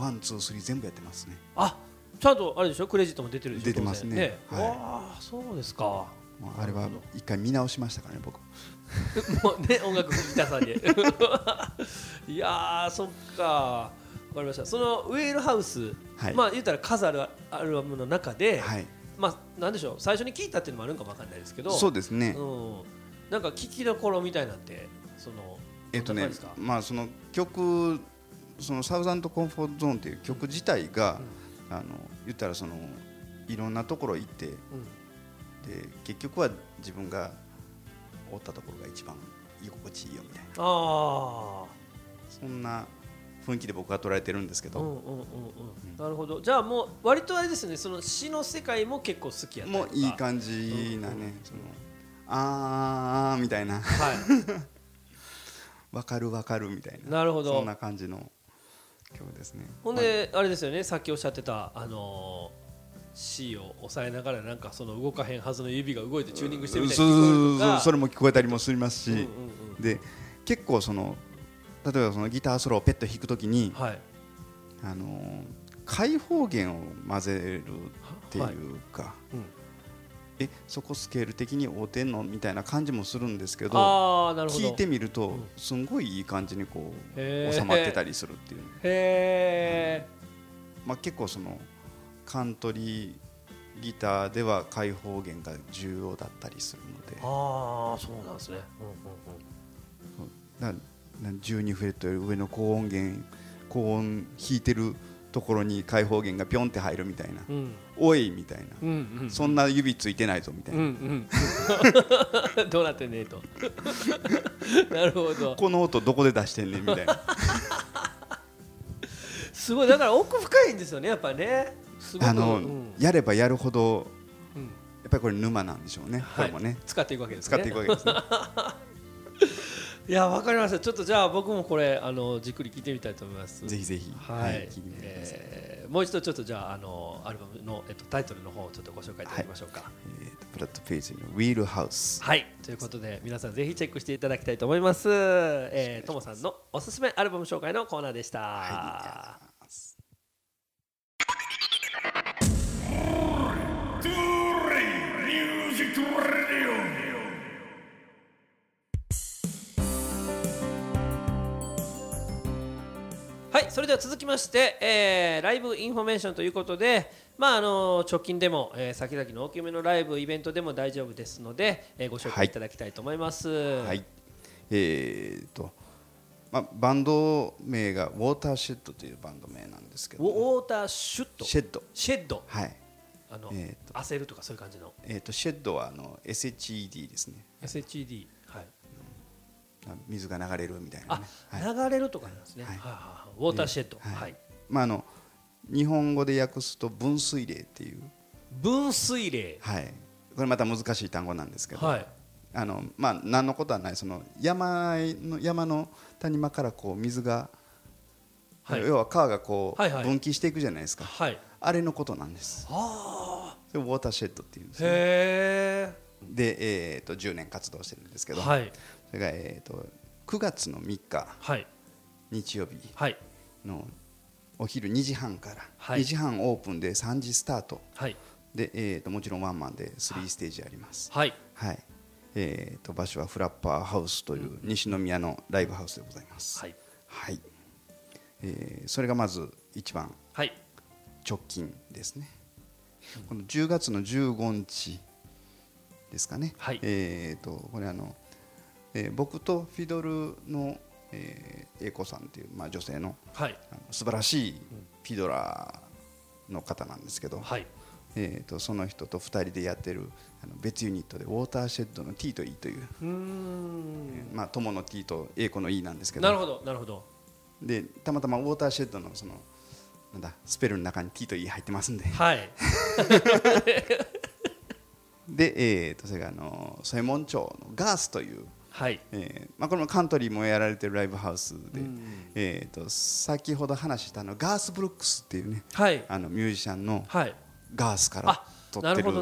ワンツースリー全部やってますね。 あちゃんとあれでしょクレジットも出てるでしょ出てますね、 ね、 はい、 ああそうですか、 まあ、あれは一回見直しましたからね僕もうね音楽ギターさんでいやーそっかわかりました。そのウェールハウス、はい、まあ言ったら数あるアルバムの中で、はい、まあなんでしょう最初に聞いたっていうのもあるかもわかんないですけど、 そうですね、 うん、なんか聞きどころみたいなんてそのえっとねまあその曲そのサウザンドコンフォートゾーンっていう曲自体が、うん、あの言ったらそのいろんなところ行って、うん、で結局は自分がおったところが一番居心地いいよみたいな、あそんな雰囲気で僕は捉えてるんですけど、うんうんうんうん、 なるほど。じゃあもう割とあれですね、その詩の世界も結構好きやったりとか、 もういい感じなね、うんうん、そのあーみたいな、はいわかるわかるみたいな、 なるほど、 そんな感じの曲ですね。 ほんで、はい、あれですよね、さっきおっしゃってたあのーC を押さえながらなんかその動かへんはずの指が動いてチューニングしてみたいな、 そうそうそれも聞こえたりもしますし、うんうんうん、で結構その例えばそのギターソロをペット弾くときに、はい、あのー、開放弦を混ぜるっていうか、はいうん、えそこスケール的に合うてんのみたいな感じもするんですけど、あなるほど聞いてみると、うん、すんごいいい感じにこう収まってたりするっていう。へー、まあ、結構そのカントリーギターでは開放弦が重要だったりするので、 ああそうなんですね、 うんうんうん、だじゅうにフレットより上の高音弦高音弾いてるところに開放弦がピョンって入るみたいな、うん、おいみたいな、うんうんうん、そんな指ついてないぞみたいな、うんうん、どうなってんねえとなるほど、 この音どこで出してんねんみたいなすごいだから奥深いんですよねやっぱね、すごくあの、うん、やればやるほど、うん、やっぱりこれ沼なんでしょうね、はい、これもね使っていくわけですね、 使っていくわけですねいや分かりました。ちょっとじゃあ僕もこれあのじっくり聞いてみたいと思います。 ぜひぜひ、 はいはい、聞いてみてください、えー、もう一度ちょっとじゃあ、あのアルバムの、えっと、タイトルの方をちょっとご紹介いただきましょうか。はい、 えーと、ブラッドページのウィールハウス、 はいということで皆さんぜひチェックしていただきたいと思います。えー、トモさんのおすすめアルバム紹介のコーナーでした。はいはい、それでは続きまして、えー、ライブインフォメーションということで、まあ、あの直近でも、えー、先々の大きめのライブイベントでも大丈夫ですので、えー、ご紹介いただきたいと思います。はい、はい、 えーとまあ、バンド名がウォーターシェッドというバンド名なんですけど、 ウォーターシュッドシェッドシェッド、 はい、 あの、えー、と焦るとかそういう感じの、 えー、とシェッドはあの エスエイチイーディー ですね。 エスエイチイーディー、はい、 水が流れるみたいな、ね、 あ、はい、流れるとかなんですね、はいはあ、ウォーターシェッド、はいはい、 まあ、あの日本語で訳すと分水嶺っていう、 分水嶺、 はい、これまた難しい単語なんですけど、はい、あのまあ、何のことはない、その 山の、山の谷間からこう水が、はい、要は川がこう、はいはい、分岐していくじゃないですか、はい、あれのことなんです。あそれをウォーターシェッドっていうんですね。へー。で、えー、とじゅうねん活動してるんですけど、はい、それが、えー、とくがつのみっか日曜日はいのお昼にじはんから、 はい、 にじはんオープンでさんじスタート、 はい、 で、えー、ともちろんワンマンでスリーステージあります。 はい、 はい、えー、と場所はフラッパーハウスという西宮のライブハウスでございます。はい、はい、えー、それがまず一番直近ですね。はい、このじゅうがつのじゅうごにちですかね。はい、えー、とこれあの、えー、僕とフィドルのえー、英子さんという、まあ、女性の、はい、あの素晴らしいフィドラーの方なんですけど、はい、えー、とその人とふたりでやってるあの別ユニットでウォーターシェッドの T と E という、うーん、えーまあ、友の T と英子の E なんですけど、 なるほどなるほど。 でたまたまウォーターシェッドのそのなんだスペルの中に T と E 入ってますんで、はい、で、えー、とそれがあの添門町のガースという、はい、えーまあ、これもカントリーもやられてるライブハウスで、えー、と先ほど話したのガース・ブルックスっていうね、はい、あのミュージシャンのガースから取ってる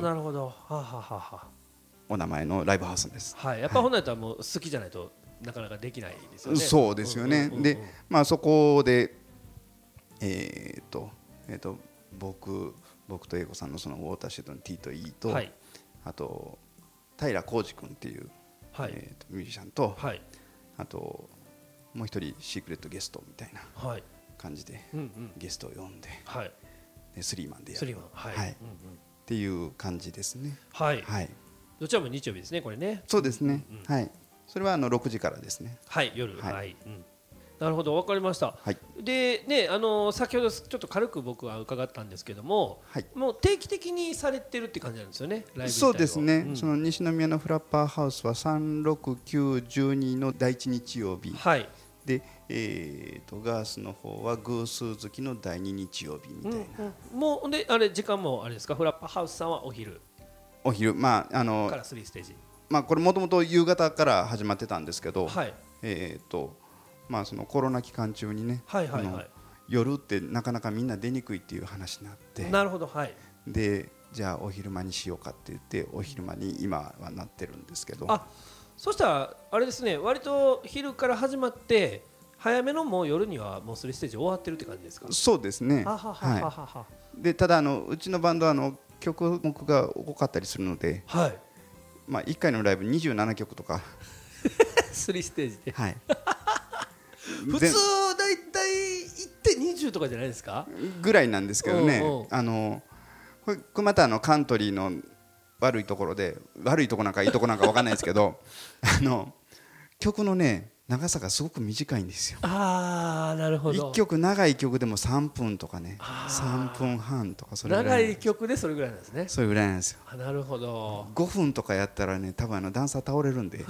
お名前のライブハウスです。 はい、やっぱ本来とはもう好きじゃないとなかなかできないですよね。 そうですよね。で、まあ、そこで、えーとえー、と僕僕と英子さんのそのウォーターシェッドの T と E と、はい、あと平浩二君っていうはい、えー、とミュージシャンと、はい、あともう一人シークレットゲストみたいな感じでゲストを呼んで、はい、でスリーマンでやる、はいはい、っていう感じですね。はい、はい、 どちらも日曜日ですねこれね。 そうですね、うんうん、はい、それはあのろくじからですね。 はい夜、はい、はい、うん、なるほど分かりました。はい、でね、あのー、先ほどちょっと軽く僕は伺ったんですけども、はい、もう定期的にされてるって感じなんですよね、ライブ自体は。 そうですね、うん、その西宮のフラッパーハウスはさんろくきゅういちにのだいいち日曜日、はい、で、えー、とガースの方は偶数月のだいに日曜日みたいな、うんうん、もうであれ時間もあれですか、フラッパーハウスさんはお昼お昼、まああのからスリーステージ、 まあ、これもともと夕方から始まってたんですけど、はい、えーとまあ、そのコロナ期間中にね、はいはいはい、夜ってなかなかみんな出にくいっていう話になって、 なるほど、はい、 でじゃあお昼間にしようかって言ってお昼間に今はなってるんですけど、 あ、そしたらあれですね、割と昼から始まって早めのもう夜にはもうスリーステージ終わってるって感じですか。 そうですね。ははははは、はい、でただあのうちのバンドはあの曲目が多かったりするので、はい、まあ、いっかいのライブにじゅうななきょくとかスリーステージで、 はい、 普通だいたいいってにじゅうとかじゃないですかぐらいなんですけどね、おうおう、あのこれまたあのカントリーの悪いところで、悪いとこなんかいいとこなんか分かんないですけどあの曲のね長さがすごく短いんですよ。 あー、なるほど。 いっきょく長い曲でもさんぷんとかね、さんぷんはんとか、それぐらい、 長い曲でそれぐらいなんですね。 それぐらいなんですよ。 あ、なるほど。 ごふんとかやったらね、多分あのダンサー倒れるんで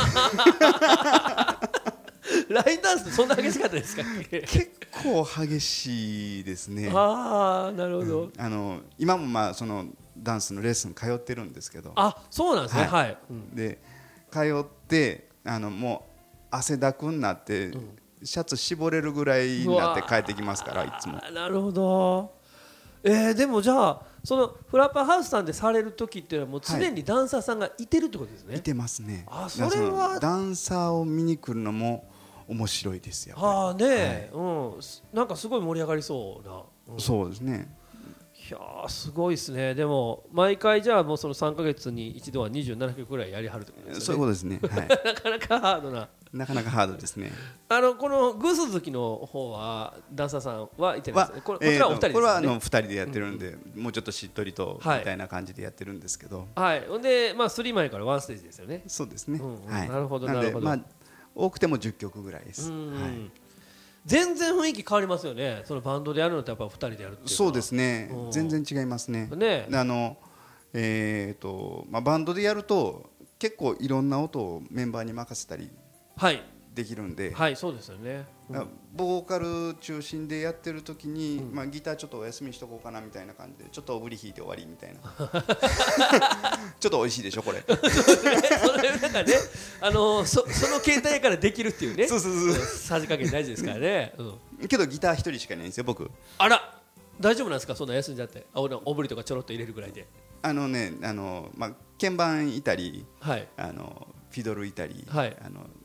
ラインダンスそんな激しかったですか結構激しいですね。 ああ、なるほど、うん、 あの今もまあそのダンスのレッスン通ってるんですけど。 あ、そうなんですね。はい、はい、うん、 で通ってあのもう汗だくになって、うん、シャツ絞れるぐらいになって帰ってきますから、いつも。 なるほど。えー、でもじゃあそのフラッパーハウスさんでされる時っていうのはもう常にダンサーさんがいてるってことですね。はい、 いてますね。 あ、それはダンサーを見に来るのも面白いですよ。 はあね、はい、うん、なんかすごい盛り上がりそうな、 うん、そうですね。 いやー、すごいですね。でも毎回じゃあもうそのさんかげつに一度はにじゅうななきょくぐらいやりはるってことですよね。 そういうことですね、はい、 なかなかハードななかなかハードですね。 あのこのグース月の方はダンサーさんはいてるんですね。これこちらはお二人ですね。 これはあのふたりでやってるんで、うん、もうちょっとしっとりとみたいな感じでやってるんですけど、 はい、ほんでまあスリーマンからワンステージですよね。 そうですね、うんうん、はい、 なるほどなるほど。 まあ多くてもじゅっきょくぐらいです。 うん、はい、全然雰囲気変わりますよね。そのバンドでやるのとやっぱふたりでやるっていうのは。 そうですね、うん、全然違いますね。ね、あの、えーとまあ、バンドでやると結構いろんな音をメンバーに任せたりできるんで、 はい、はい、そうですよね、 うん、ボーカル中心でやってる時に、うん、まあ、ギターちょっとお休みしとこうかなみたいな感じでちょっとおぶり弾いて終わりみたいなちょっと美味しいでしょこれそれなんかね、あのー、そ, その携帯からできるっていうねそうそうそう、 さじ加減大事ですからね、 うん、けどギター一人しかいないんですよ僕。 あら、大丈夫なんですか、そんな休んじゃって。おぶりとかちょろっと入れるぐらいで。 あのね、あの、まあ、鍵盤いたり、はい、あのフィドルいたり、はい、あの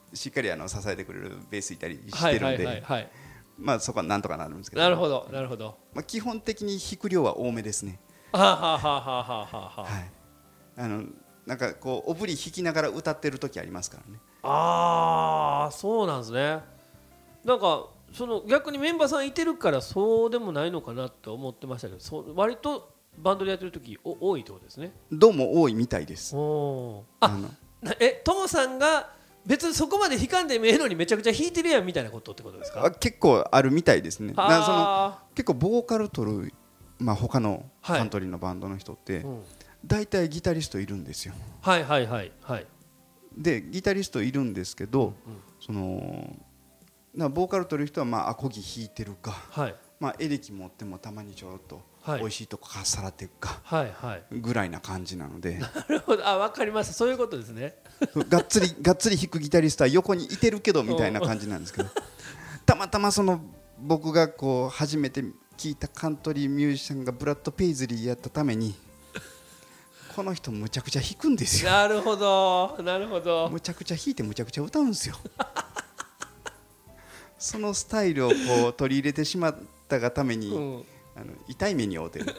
しっかりあの支えてくれるベースいたりしてるんで、はいはいはいはい、まあそこはなんとかなるんですけど、 なるほどなるほど、 まあ、基本的に弾く量は多めですね。 はあ、はあはあはあはあ、はい、 あのなんかこうおぶり弾きながら歌ってる時ありますからね。 ああそうなんですね。なんかその逆にメンバーさんいてるからそうでもないのかなって思ってましたけど、そう割とバンドでやってる時お多いってことですね。 どうも多いみたいです。 おああのえトモさんが別にそこまで弾かんでもええのにめちゃくちゃ弾いてるやんみたいなことってことですか。 あ結構あるみたいですね。なその結構ボーカル取る、まあ、他のカントリーのバンドの人って、はい、うん、大体ギタリストいるんですよ。 はいはいはいはい。 でギタリストいるんですけど、うんうん、そのなボーカル取る人はまあアコギ弾いてるか、はい、まあ、エレキ持ってもたまにちょっと美味しいとこかっさらっていくか、はいはい、ぐらいな感じなので。 なるほど、あ、分かりました。そういうことですね。 がっつりがっつり弾くギタリストは横にいてるけどみたいな感じなんですけど、たまたまその僕がこう初めて聴いたカントリーミュージシャンがブラッド・ペイズリーやったためにこの人むちゃくちゃ弾くんですよ。 なるほどなるほど。 むちゃくちゃ弾いてむちゃくちゃ歌うんですよ。そのスタイルをこう取り入れてしまったがために、うん、あの痛い目に遭うてる。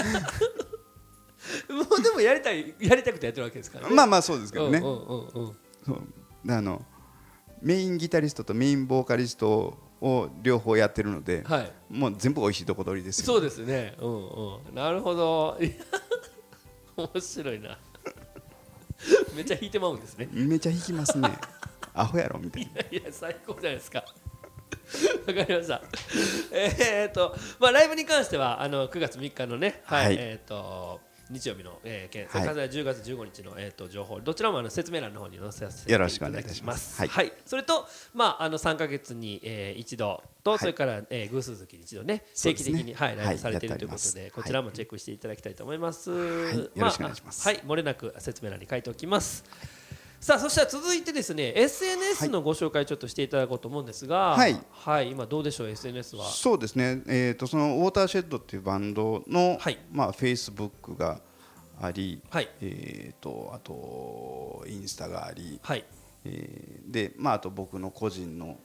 もうでもやりたいやりたくてやってるわけですからね。 まあまあそうですけどね。あのメインギタリストとメインボーカリストを両方やってるので、はい、もう全部おいしいとこ取りですよ。 そうですね、うんうん、なるほど。面白いな。めっちゃ弾いてまうんですね。 めっちゃ弾きますね。アホやろみたいな。 いやいや最高じゃないですか。わかりました。えーとまあライブに関してはあのくがつみっかのね、はい、はい、えーと日曜日の、えー、件、それからじゅうがつじゅうごにちの、えー、と情報どちらもあの説明欄の方に載せさせていただきます。よろしくお願いいたします。はい、はい、それと、まあ、あのさんかげつに、えー、一度と、はい、それから、えー、偶数月に一度ね定期的に、ね、はい、ライブされているということで、はい、こちらもチェックしていただきたいと思います。はい、よろしくお願いします。 まあ、はい、漏れなく説明欄に書いておきます。さあそしたら続いてですね エスエヌエス のご紹介ちょっとしていただこうと思うんですが、はい、はい、今どうでしょう エスエヌエス は。 そうですね、えー、とそのウォーターシェッドっていうバンドの、はい、まあ、Facebook があり、はい、えー、とあとインスタがあり、はい、えー、で、まあ、あと僕の個人の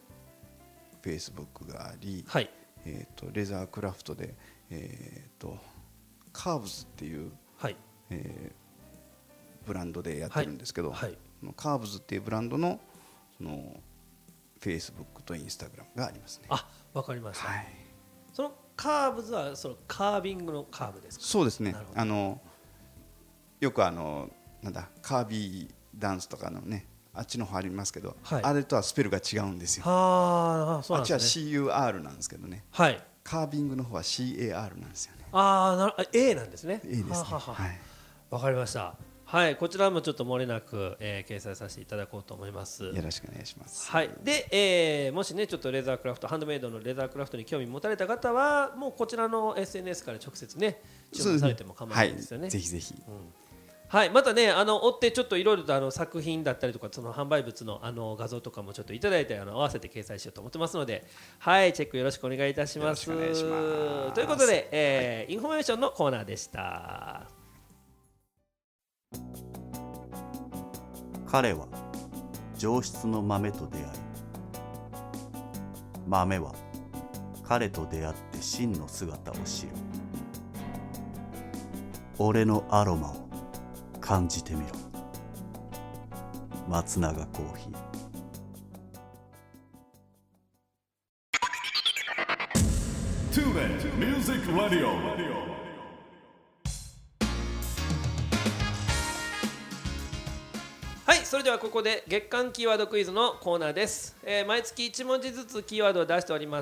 Facebook があり、はい、えー、とレザークラフトで、えー、とカーブズっていう、はい、えー、ブランドでやってるんですけど、はいはい、カーブズっていうブランドのその Facebook と Instagram がありますね。 あ、わかりました。はい、そのカーブズはそのカービングのカーブですか。 そうですね。あのよくあのなんだカービーダンスとかのねあっちの方ありますけど、はい、あれとはスペルが違うんですよ。 はあ、そうなんですね。 あっちは シーユーアール なんですけどね。はい。カービングの方は シーエーアール なんですよね。 ああ、なる A なんですね。 A ですね。ははは、はい、わかりました。はい、こちらもちょっと漏れなく、えー、掲載させていただこうと思います。 よろしくお願いします。 はい、で、えー、もしねちょっとレザークラフトハンドメイドのレザークラフトに興味持たれた方はもうこちらの エスエヌエス から直接ね注文されても構わないですよね。はい、 ぜひぜひ、 うん、はい、またねあの追ってちょっといろいろとあの作品だったりとかその販売物のあの画像とかもちょっといただいてあの合わせて掲載しようと思ってますので、はいチェックよろしくお願いいたします。よろしくお願いします。ということで、えーはい、インフォメーションのコーナーでした。 彼は上質の豆と出会い、豆は彼と出会って真の姿を知る。俺のアロマを感じてみろ。松永コーヒー。トゥーデイミュージックラディオ。 はい、それではここで月間キーワードクイズのコーナーです。えー、毎月いち文字ずつキーワードを出しております。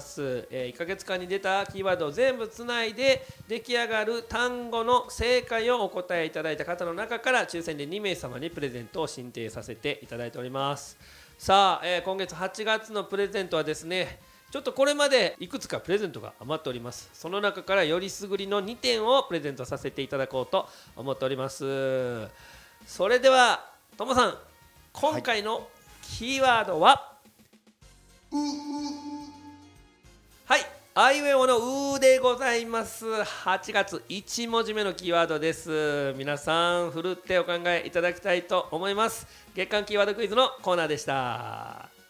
えー、いっかげつかんに出たキーワードを全部つないで出来上がる単語の正解をお答えいただいた方の中から抽選でにめいさまにプレゼントを進呈させていただいております。さあ、えー、今月はちがつのプレゼントはですね、ちょっとこれまでいくつかプレゼントが余っております。その中からよりすぐりのにてんをプレゼントさせていただこうと思っております。それではともさん、今回のキーワードは、はい、あいうえおのうでございます。はちがついち文字目のキーワードです。皆さんふるってお考えいただきたいと思います。月間キーワードクイズのコーナーでした。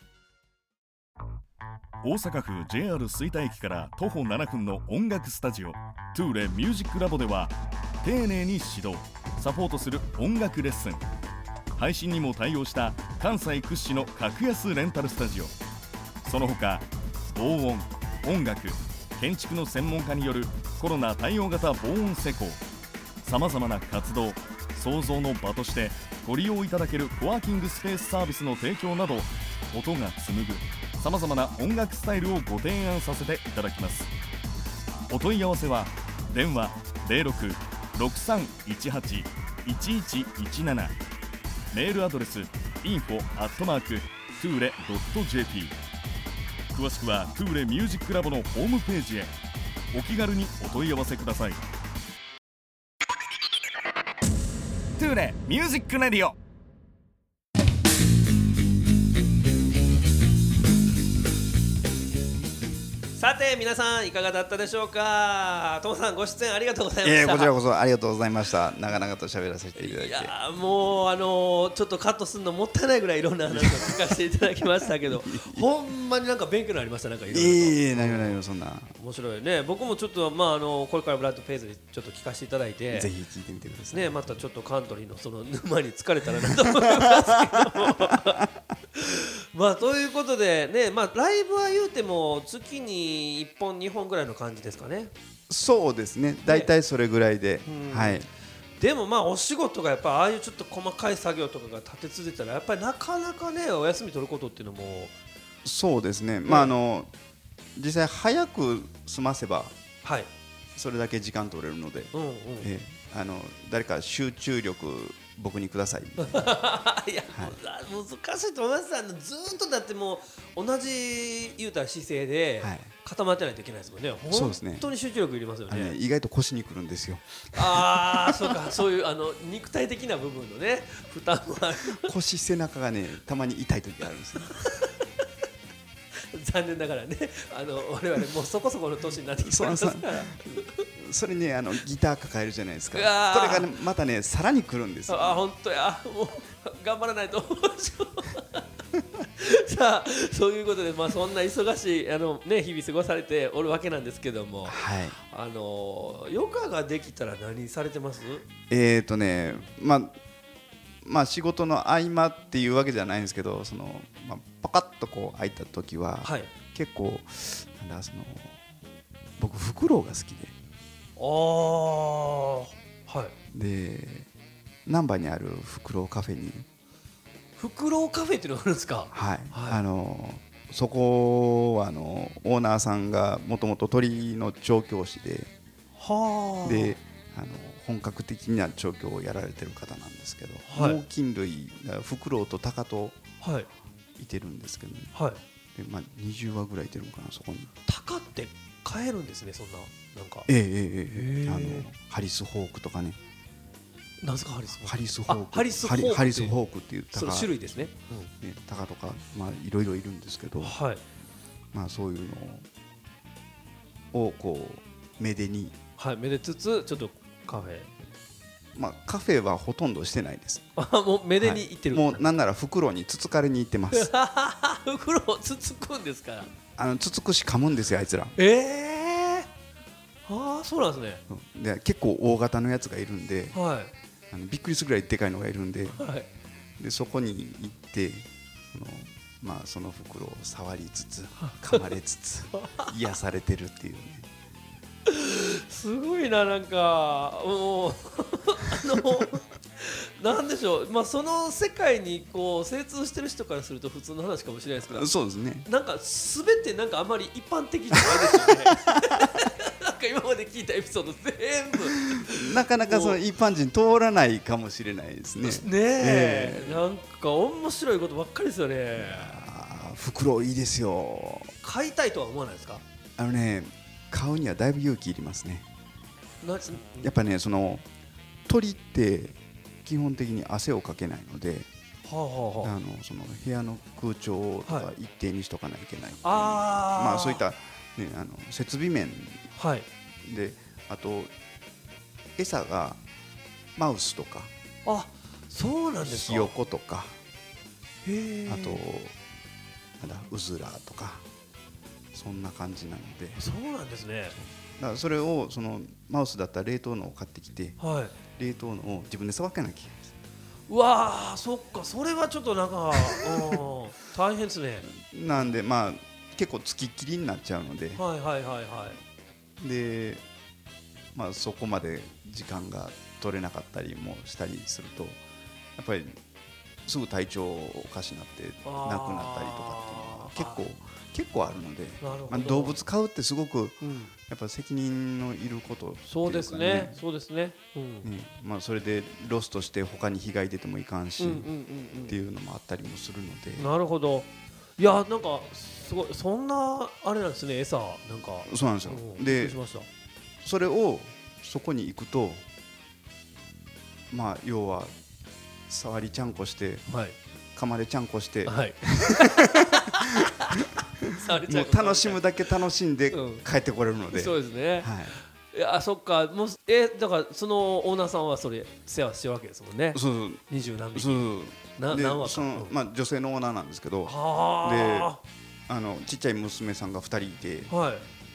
大阪府 ジェイアール 吹田駅から徒歩ななふんの音楽スタジオトゥーレミュージックラボでは丁寧に指導サポートする音楽レッスン、配信にも対応した関西屈指の格安レンタルスタジオ、その他防音、音楽、建築の専門家によるコロナ対応型防音施工、さまざまな活動創造の場としてご利用いただけるコワーキングスペースサービスの提供など、音が紡ぐさまざまな音楽スタイルをご提案させていただきます。お問い合わせは電話 ゼロろく ろくさんいちはち いちいちいちなな、 メールアドレス インフォ アットマーク トゥーレ ドット ジェーピー、 詳しくはトゥーレミュージックラボのホームページへお気軽にお問い合わせください。トゥーレミュージックレディオ。 さて皆さんいかがだったでしょうか。トモさんご出演ありがとうございました。 えー、こちらこそありがとうございました。長々と喋らせていただいて、 いやもうあのー、ちょっとカットするのもったいないぐらいいろんな話を聞かせていただきましたけどほんまになんか勉強になりました。なんかいろいろといえいえ何も何もそんな面白いね。僕もちょっとまああのこれからブラッドペイズにちょっと聞かせていただいて、 ぜひ聞いてみてくださいね。またちょっとカントリーのその沼に疲れたらなと思いますけどもまあということでね、まあライブは言うても月にいっぽんにほんぐらいの感じですかね。 そうですね、だいたいそれぐらいで、 ね、 はい。 でもまあお仕事がやっぱああいうちょっと細かい作業とかが立て続いたらやっぱりなかなかねお休み取ることっていうのもそうですね、まああの実際早く済ませば、はい、それだけ時間取れるので、うんうん、えー、あの誰か集中力僕にくださいいや、 はい、難しいと思います。あのずーっとだってもう同じ言うたら姿勢で固まってないといけないですもんね。 そうですね、 本当に集中力いりますよね。 ね、意外と腰にくるんですよ。 ああそうか、そういうあの肉体的な部分のね負担もある腰背中がねたまに痛い時があるんですよ残念ながらね、あの我々もうそこそこの年になってきてますからそれね、あのギター抱えるじゃないですか。それが、ね、またねさらにくるんですよ、ね、 あ本当や、もう頑張らないとさあそういうことで、まあ、そんな忙しいあの、ね、日々過ごされておるわけなんですけども、はい、あの余暇ができたら何されてます？ えーとね、まあまあ、仕事の合間っていうわけじゃないんですけど、その、まあ、パカッとこう空いた時は、はい、結構なんだその僕フクロウが好きで、あー、はい、で難波にあるフクロウカフェにフクロウカフェっていうのがあるんですか？ はい、はい、あのそこはあのオーナーさんがもともと鳥の調教師で、はであの本格的な調教をやられてる方なんですけど、はい、猛禽類フクロウとタカといてるんですけど、ね、はい、でまあ、にじゅうわぐらいいてるのかな、そこに。 タカって飼えるんですね、そんななんか。 ええええ、あのハリスホークとかね。 なんですかハリスホーク？ ハリスホーク。 ハリスホーク。 ハリスホークっていうタカ、 種類ですね。 うん、ね、タカとかまあいろいろいるんですけど、はい、まあそういうのをこうめでに、 はい、めでつつちょっとカフェ。 まあ、カフェはほとんどしてないです。 あ、もうめでに行ってる、 はい、もうなんならフクロウにつつかれに行ってますフクロウつつくんですか？ あのつつくし噛むんですよ、あいつら。 ええー、ああそうなんですね。 で結構大型のやつがいるんで、はい、あのびっくりするぐらいでかいのがいるんで、はい、でそこに行ってその、まあ、そのフクロウを触りつつ噛まれつつ癒されてるっていうねすごいな、なんかもうあのなんでしょう、まあ、その世界にこう精通してる人からすると普通の話かもしれないですけど、 そうですね、 なんか全てなんかあまり一般的じゃないですよねなんか今まで聞いたエピソード全部なかなかその一般人通らないかもしれないですね。 ねえ、えー、なんか面白いことばっかりですよね。 フクロウいいですよ。 飼いたいとは思わないですか？ あのね、買うにはだいぶ勇気いりますね。やっぱね、その鳥って基本的に汗をかけないので、はあはあ、あのその部屋の空調とか一定にしとかないといけない、はい、あまあそういった、ね、あの設備面、はい、で、あと餌がマウスとか、 あ、そうなんですか、 ひよことか、へあとなんだうずらとか、 そんな感じなので。 そうなんですね。 だからそれをそのマウスだったら冷凍のを買ってきて、 はい、 冷凍のを自分でさばかなきゃいけないです。 うわー、そっか、それはちょっとなんか大変ですね。 なんでまあ結構つきっきりになっちゃうので、 はいはいはいはい。 でまあそこまで時間が取れなかったりもしたりすると、やっぱりすぐ体調おかしになって亡くなったりとかっていうのは結構結構あるので、まあ、動物飼うってすごくやっぱ責任のいることっていうかね。 そうですね、そうですね、うんね、まあそれでロストして他に被害出てもいかんしっていうのもあったりもするので。 なるほど。いや、なんかすごい、そんなあれなんですね、餌なんか。 そうなんですよ。でそれをそこに行くと、まあ要は触りちゃんこして、はい、噛まれちゃんこして、はい、もう楽しむだけ楽しんで帰ってこれるので、 うん、そうですね、はい、いや、そっか、もうえだからそのオーナーさんはそれ世話してるわけですもんね。 そうそう、 二十何匹、 そうなで何羽か、 その、まあ、女性のオーナーなんですけど、であのちっちゃい娘さんがふたりいて、はい、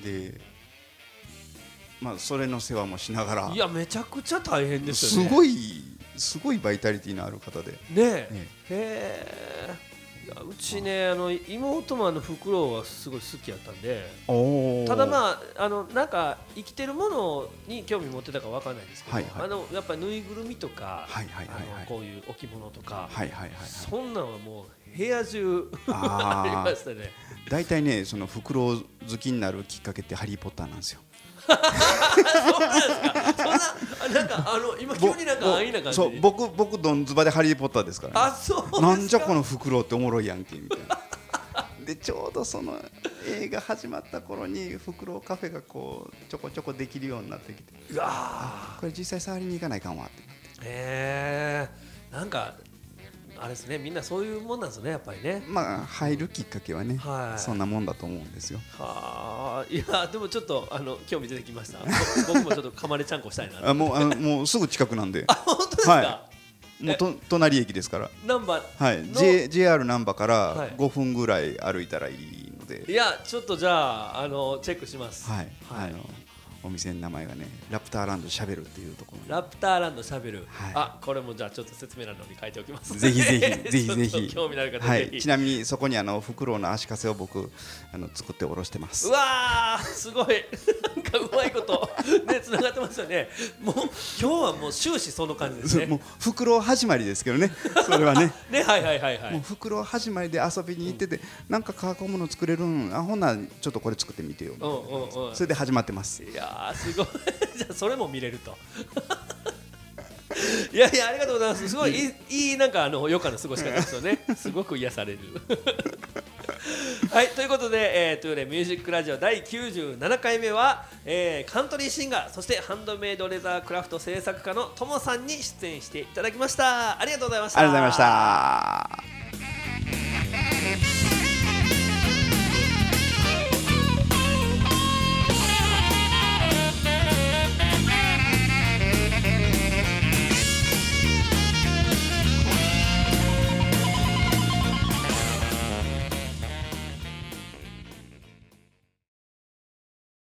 でまあ、それの世話もしながら。 いや、めちゃくちゃ大変ですよね。 すごいすごいバイタリティのある方でねえ、へえ。うちね、あの妹もあのフクロウはすごい好きやったんで、ただまああのなんか生きてるものに興味持ってたかわかんないですけど、はいはい、あのやっぱりぬいぐるみとか、はいはいはいはい、こういう置物とか、はいはいはいはい、そんなんはもう部屋中ありましたね。 だいたいね、そのフクロウ好きになるきっかけってハリーポッターなんですよ。 そうなんですか。そんな、なんかあの今急になんか安易な感じ。 そう、僕僕ドンズバでハリーポッターですから、ね。 あ、そうですか。 なんじゃこのフクロウっておもろいやんけみたいな。でちょうどその映画始まった頃にフクロウカフェがこうちょこちょこできるようになってきて、うわ、これ実際触りに行かないかんわってなって。 へえ、なんかあれですね、みんなそういうもんなんですね、やっぱりね。 まあ入るきっかけはね、はい、そんなもんだと思うんですよ。 はあ、いやでもちょっとあの興味出てきました。僕もちょっと噛まれちゃんこしたいな。 あ、もうあのもうすぐ近くなんで。 あ、本当ですか。はい、 もうと隣駅ですから。 難波、 はい、J、ジェイアール 難波からごふんぐらい歩いたらいいので。 いや、ちょっとじゃああのチェックします。 はい、はい、あのお店の名前がね、ラプターランドしゃべるっていうところ。 ラプターランドしゃべる、はい、あ、これもじゃあちょっと説明欄の方に書いておきます。 ぜひぜひぜひぜひ興味のある方、 はい、ちなみにそこにあのフクロウの足かせを僕あの作っておろしてます。 うわー、すごいなんかうまいことね、つながってますよね。もう今日はもう終始その感じですね。 もうフクロウ始まりですけどね、それはねね、はいはいはいはい、 もうフクロウ始まりで遊びに行ってて、うん、なんか加工物作れるん、あ、ほんならちょっとこれ作ってみてよ、うんうんうん、それで始まってます。 いやー、すごいじゃあそれも見れるといやいや、ありがとうございます。すごいいい、いいなんかあの余暇の過ごし方ですよね。すごく癒されるはい、ということで、えー、トゥーレミュージックラジオだいきゅうじゅうななかいめは、えー、カントリーシンガー、そしてハンドメイドレザークラフト制作家のともさんに出演していただきました。ありがとうございました。 ありがとうございました。